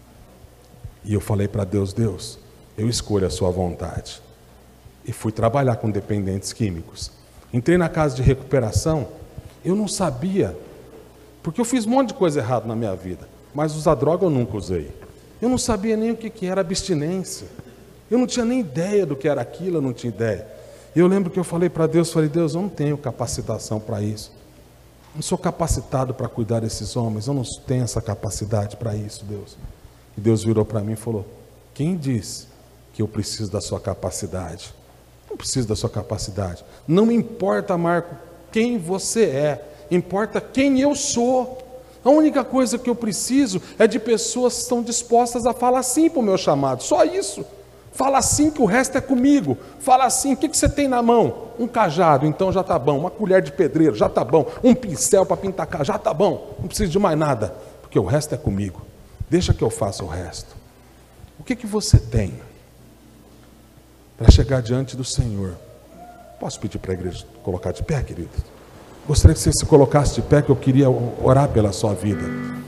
S2: E eu falei para Deus, Deus, eu escolho a sua vontade. E fui trabalhar com dependentes químicos. Entrei na casa de recuperação, eu não sabia, porque eu fiz um monte de coisa errada na minha vida, mas usar droga eu nunca usei. Eu não sabia nem o que, que era abstinência. Eu não tinha nem ideia do que era aquilo, eu não tinha ideia. Eu lembro que eu falei para Deus, falei, Deus, eu não tenho capacitação para isso. Eu não sou capacitado para cuidar desses homens, eu não tenho essa capacidade para isso, Deus. E Deus virou para mim e falou, quem diz que eu preciso da sua capacidade? Não preciso da sua capacidade. Não me importa, Marco, quem você é, importa quem eu sou. A única coisa que eu preciso é de pessoas que estão dispostas a falar sim para o meu chamado, só isso. Fala assim que o resto é comigo. Fala assim, o que, que você tem na mão? Um cajado, então já está bom. Uma colher de pedreiro, já está bom. Um pincel para pintar casa, já está bom. Não preciso de mais nada, porque o resto é comigo. Deixa que eu faça o resto. O que, que você tem para chegar diante do Senhor? Posso pedir para a igreja colocar de pé, querido? Gostaria que você se colocasse de pé, que eu queria orar pela sua vida.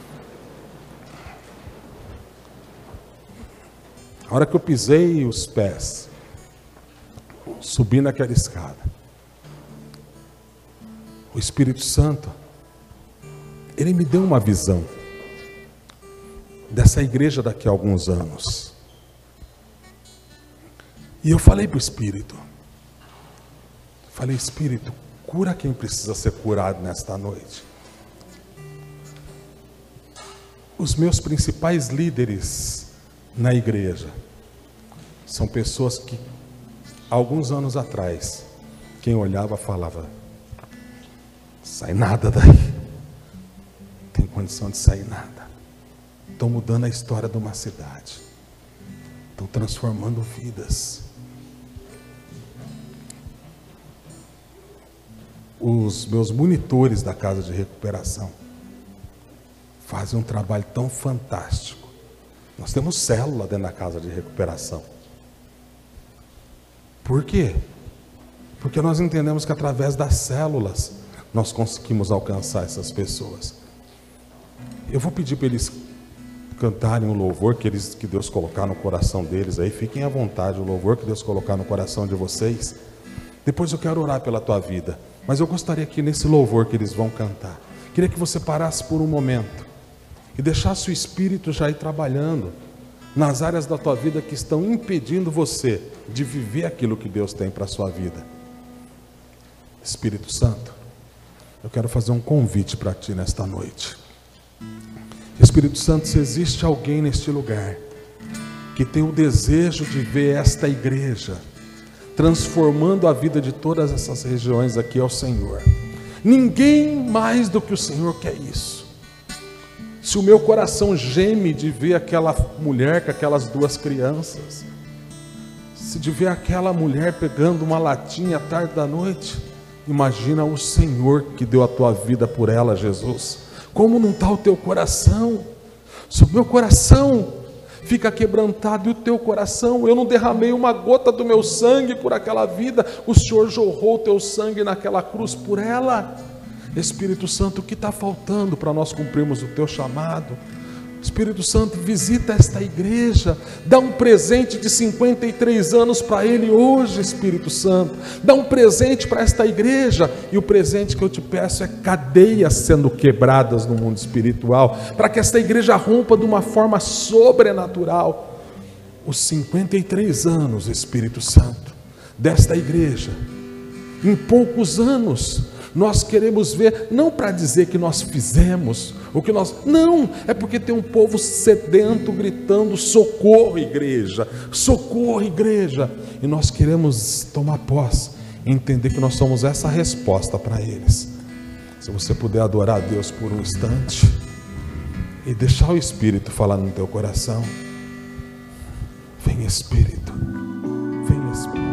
S2: A hora que eu pisei os pés, subi naquela escada, o Espírito Santo, ele me deu uma visão dessa igreja daqui a alguns anos. E eu falei para o Espírito, falei, Espírito, cura quem precisa ser curado nesta noite. Os meus principais líderes na igreja são pessoas que, alguns anos atrás, quem olhava falava, sai nada daí, não tem condição de sair nada. Estão mudando a história de uma cidade, estão transformando vidas. Os meus monitores da casa de recuperação fazem um trabalho tão fantástico. Nós temos célula dentro da casa de recuperação. Por quê? Porque nós entendemos que através das células nós conseguimos alcançar essas pessoas. Eu vou pedir para eles cantarem um louvor que, eles, que Deus colocar no coração deles aí. Fiquem à vontade, o louvor que Deus colocar no coração de vocês. Depois eu quero orar pela tua vida, mas eu gostaria que nesse louvor que eles vão cantar, queria que você parasse por um momento e deixasse o Espírito já ir trabalhando nas áreas da tua vida que estão impedindo você de viver aquilo que Deus tem para a sua vida. Espírito Santo, eu quero fazer um convite para ti nesta noite. Espírito Santo, se existe alguém neste lugar que tem o desejo de ver esta igreja transformando a vida de todas essas regiões aqui ao Senhor, ninguém mais do que o Senhor quer isso. Se o meu coração geme de ver aquela mulher com aquelas duas crianças, se de ver aquela mulher pegando uma latinha à tarde da noite, imagina o Senhor que deu a tua vida por ela, Jesus. Como não está o teu coração? Se o meu coração fica quebrantado e o teu coração, eu não derramei uma gota do meu sangue por aquela vida, o Senhor jorrou o teu sangue naquela cruz por ela. Espírito Santo, o que está faltando para nós cumprirmos o teu chamado? Espírito Santo, visita esta igreja, dá um presente de cinquenta e três anos para ele hoje, Espírito Santo, dá um presente para esta igreja, e o presente que eu te peço é cadeias sendo quebradas no mundo espiritual, para que esta igreja rompa de uma forma sobrenatural. Os cinquenta e três anos, Espírito Santo, desta igreja, em poucos anos, nós queremos ver, não para dizer que nós fizemos, o que nós, não, é porque tem um povo sedento gritando, socorro igreja, socorro igreja, e nós queremos tomar posse, entender que nós somos essa resposta para eles. Se você puder adorar a Deus por um instante, e deixar o Espírito falar no teu coração, vem Espírito, vem Espírito.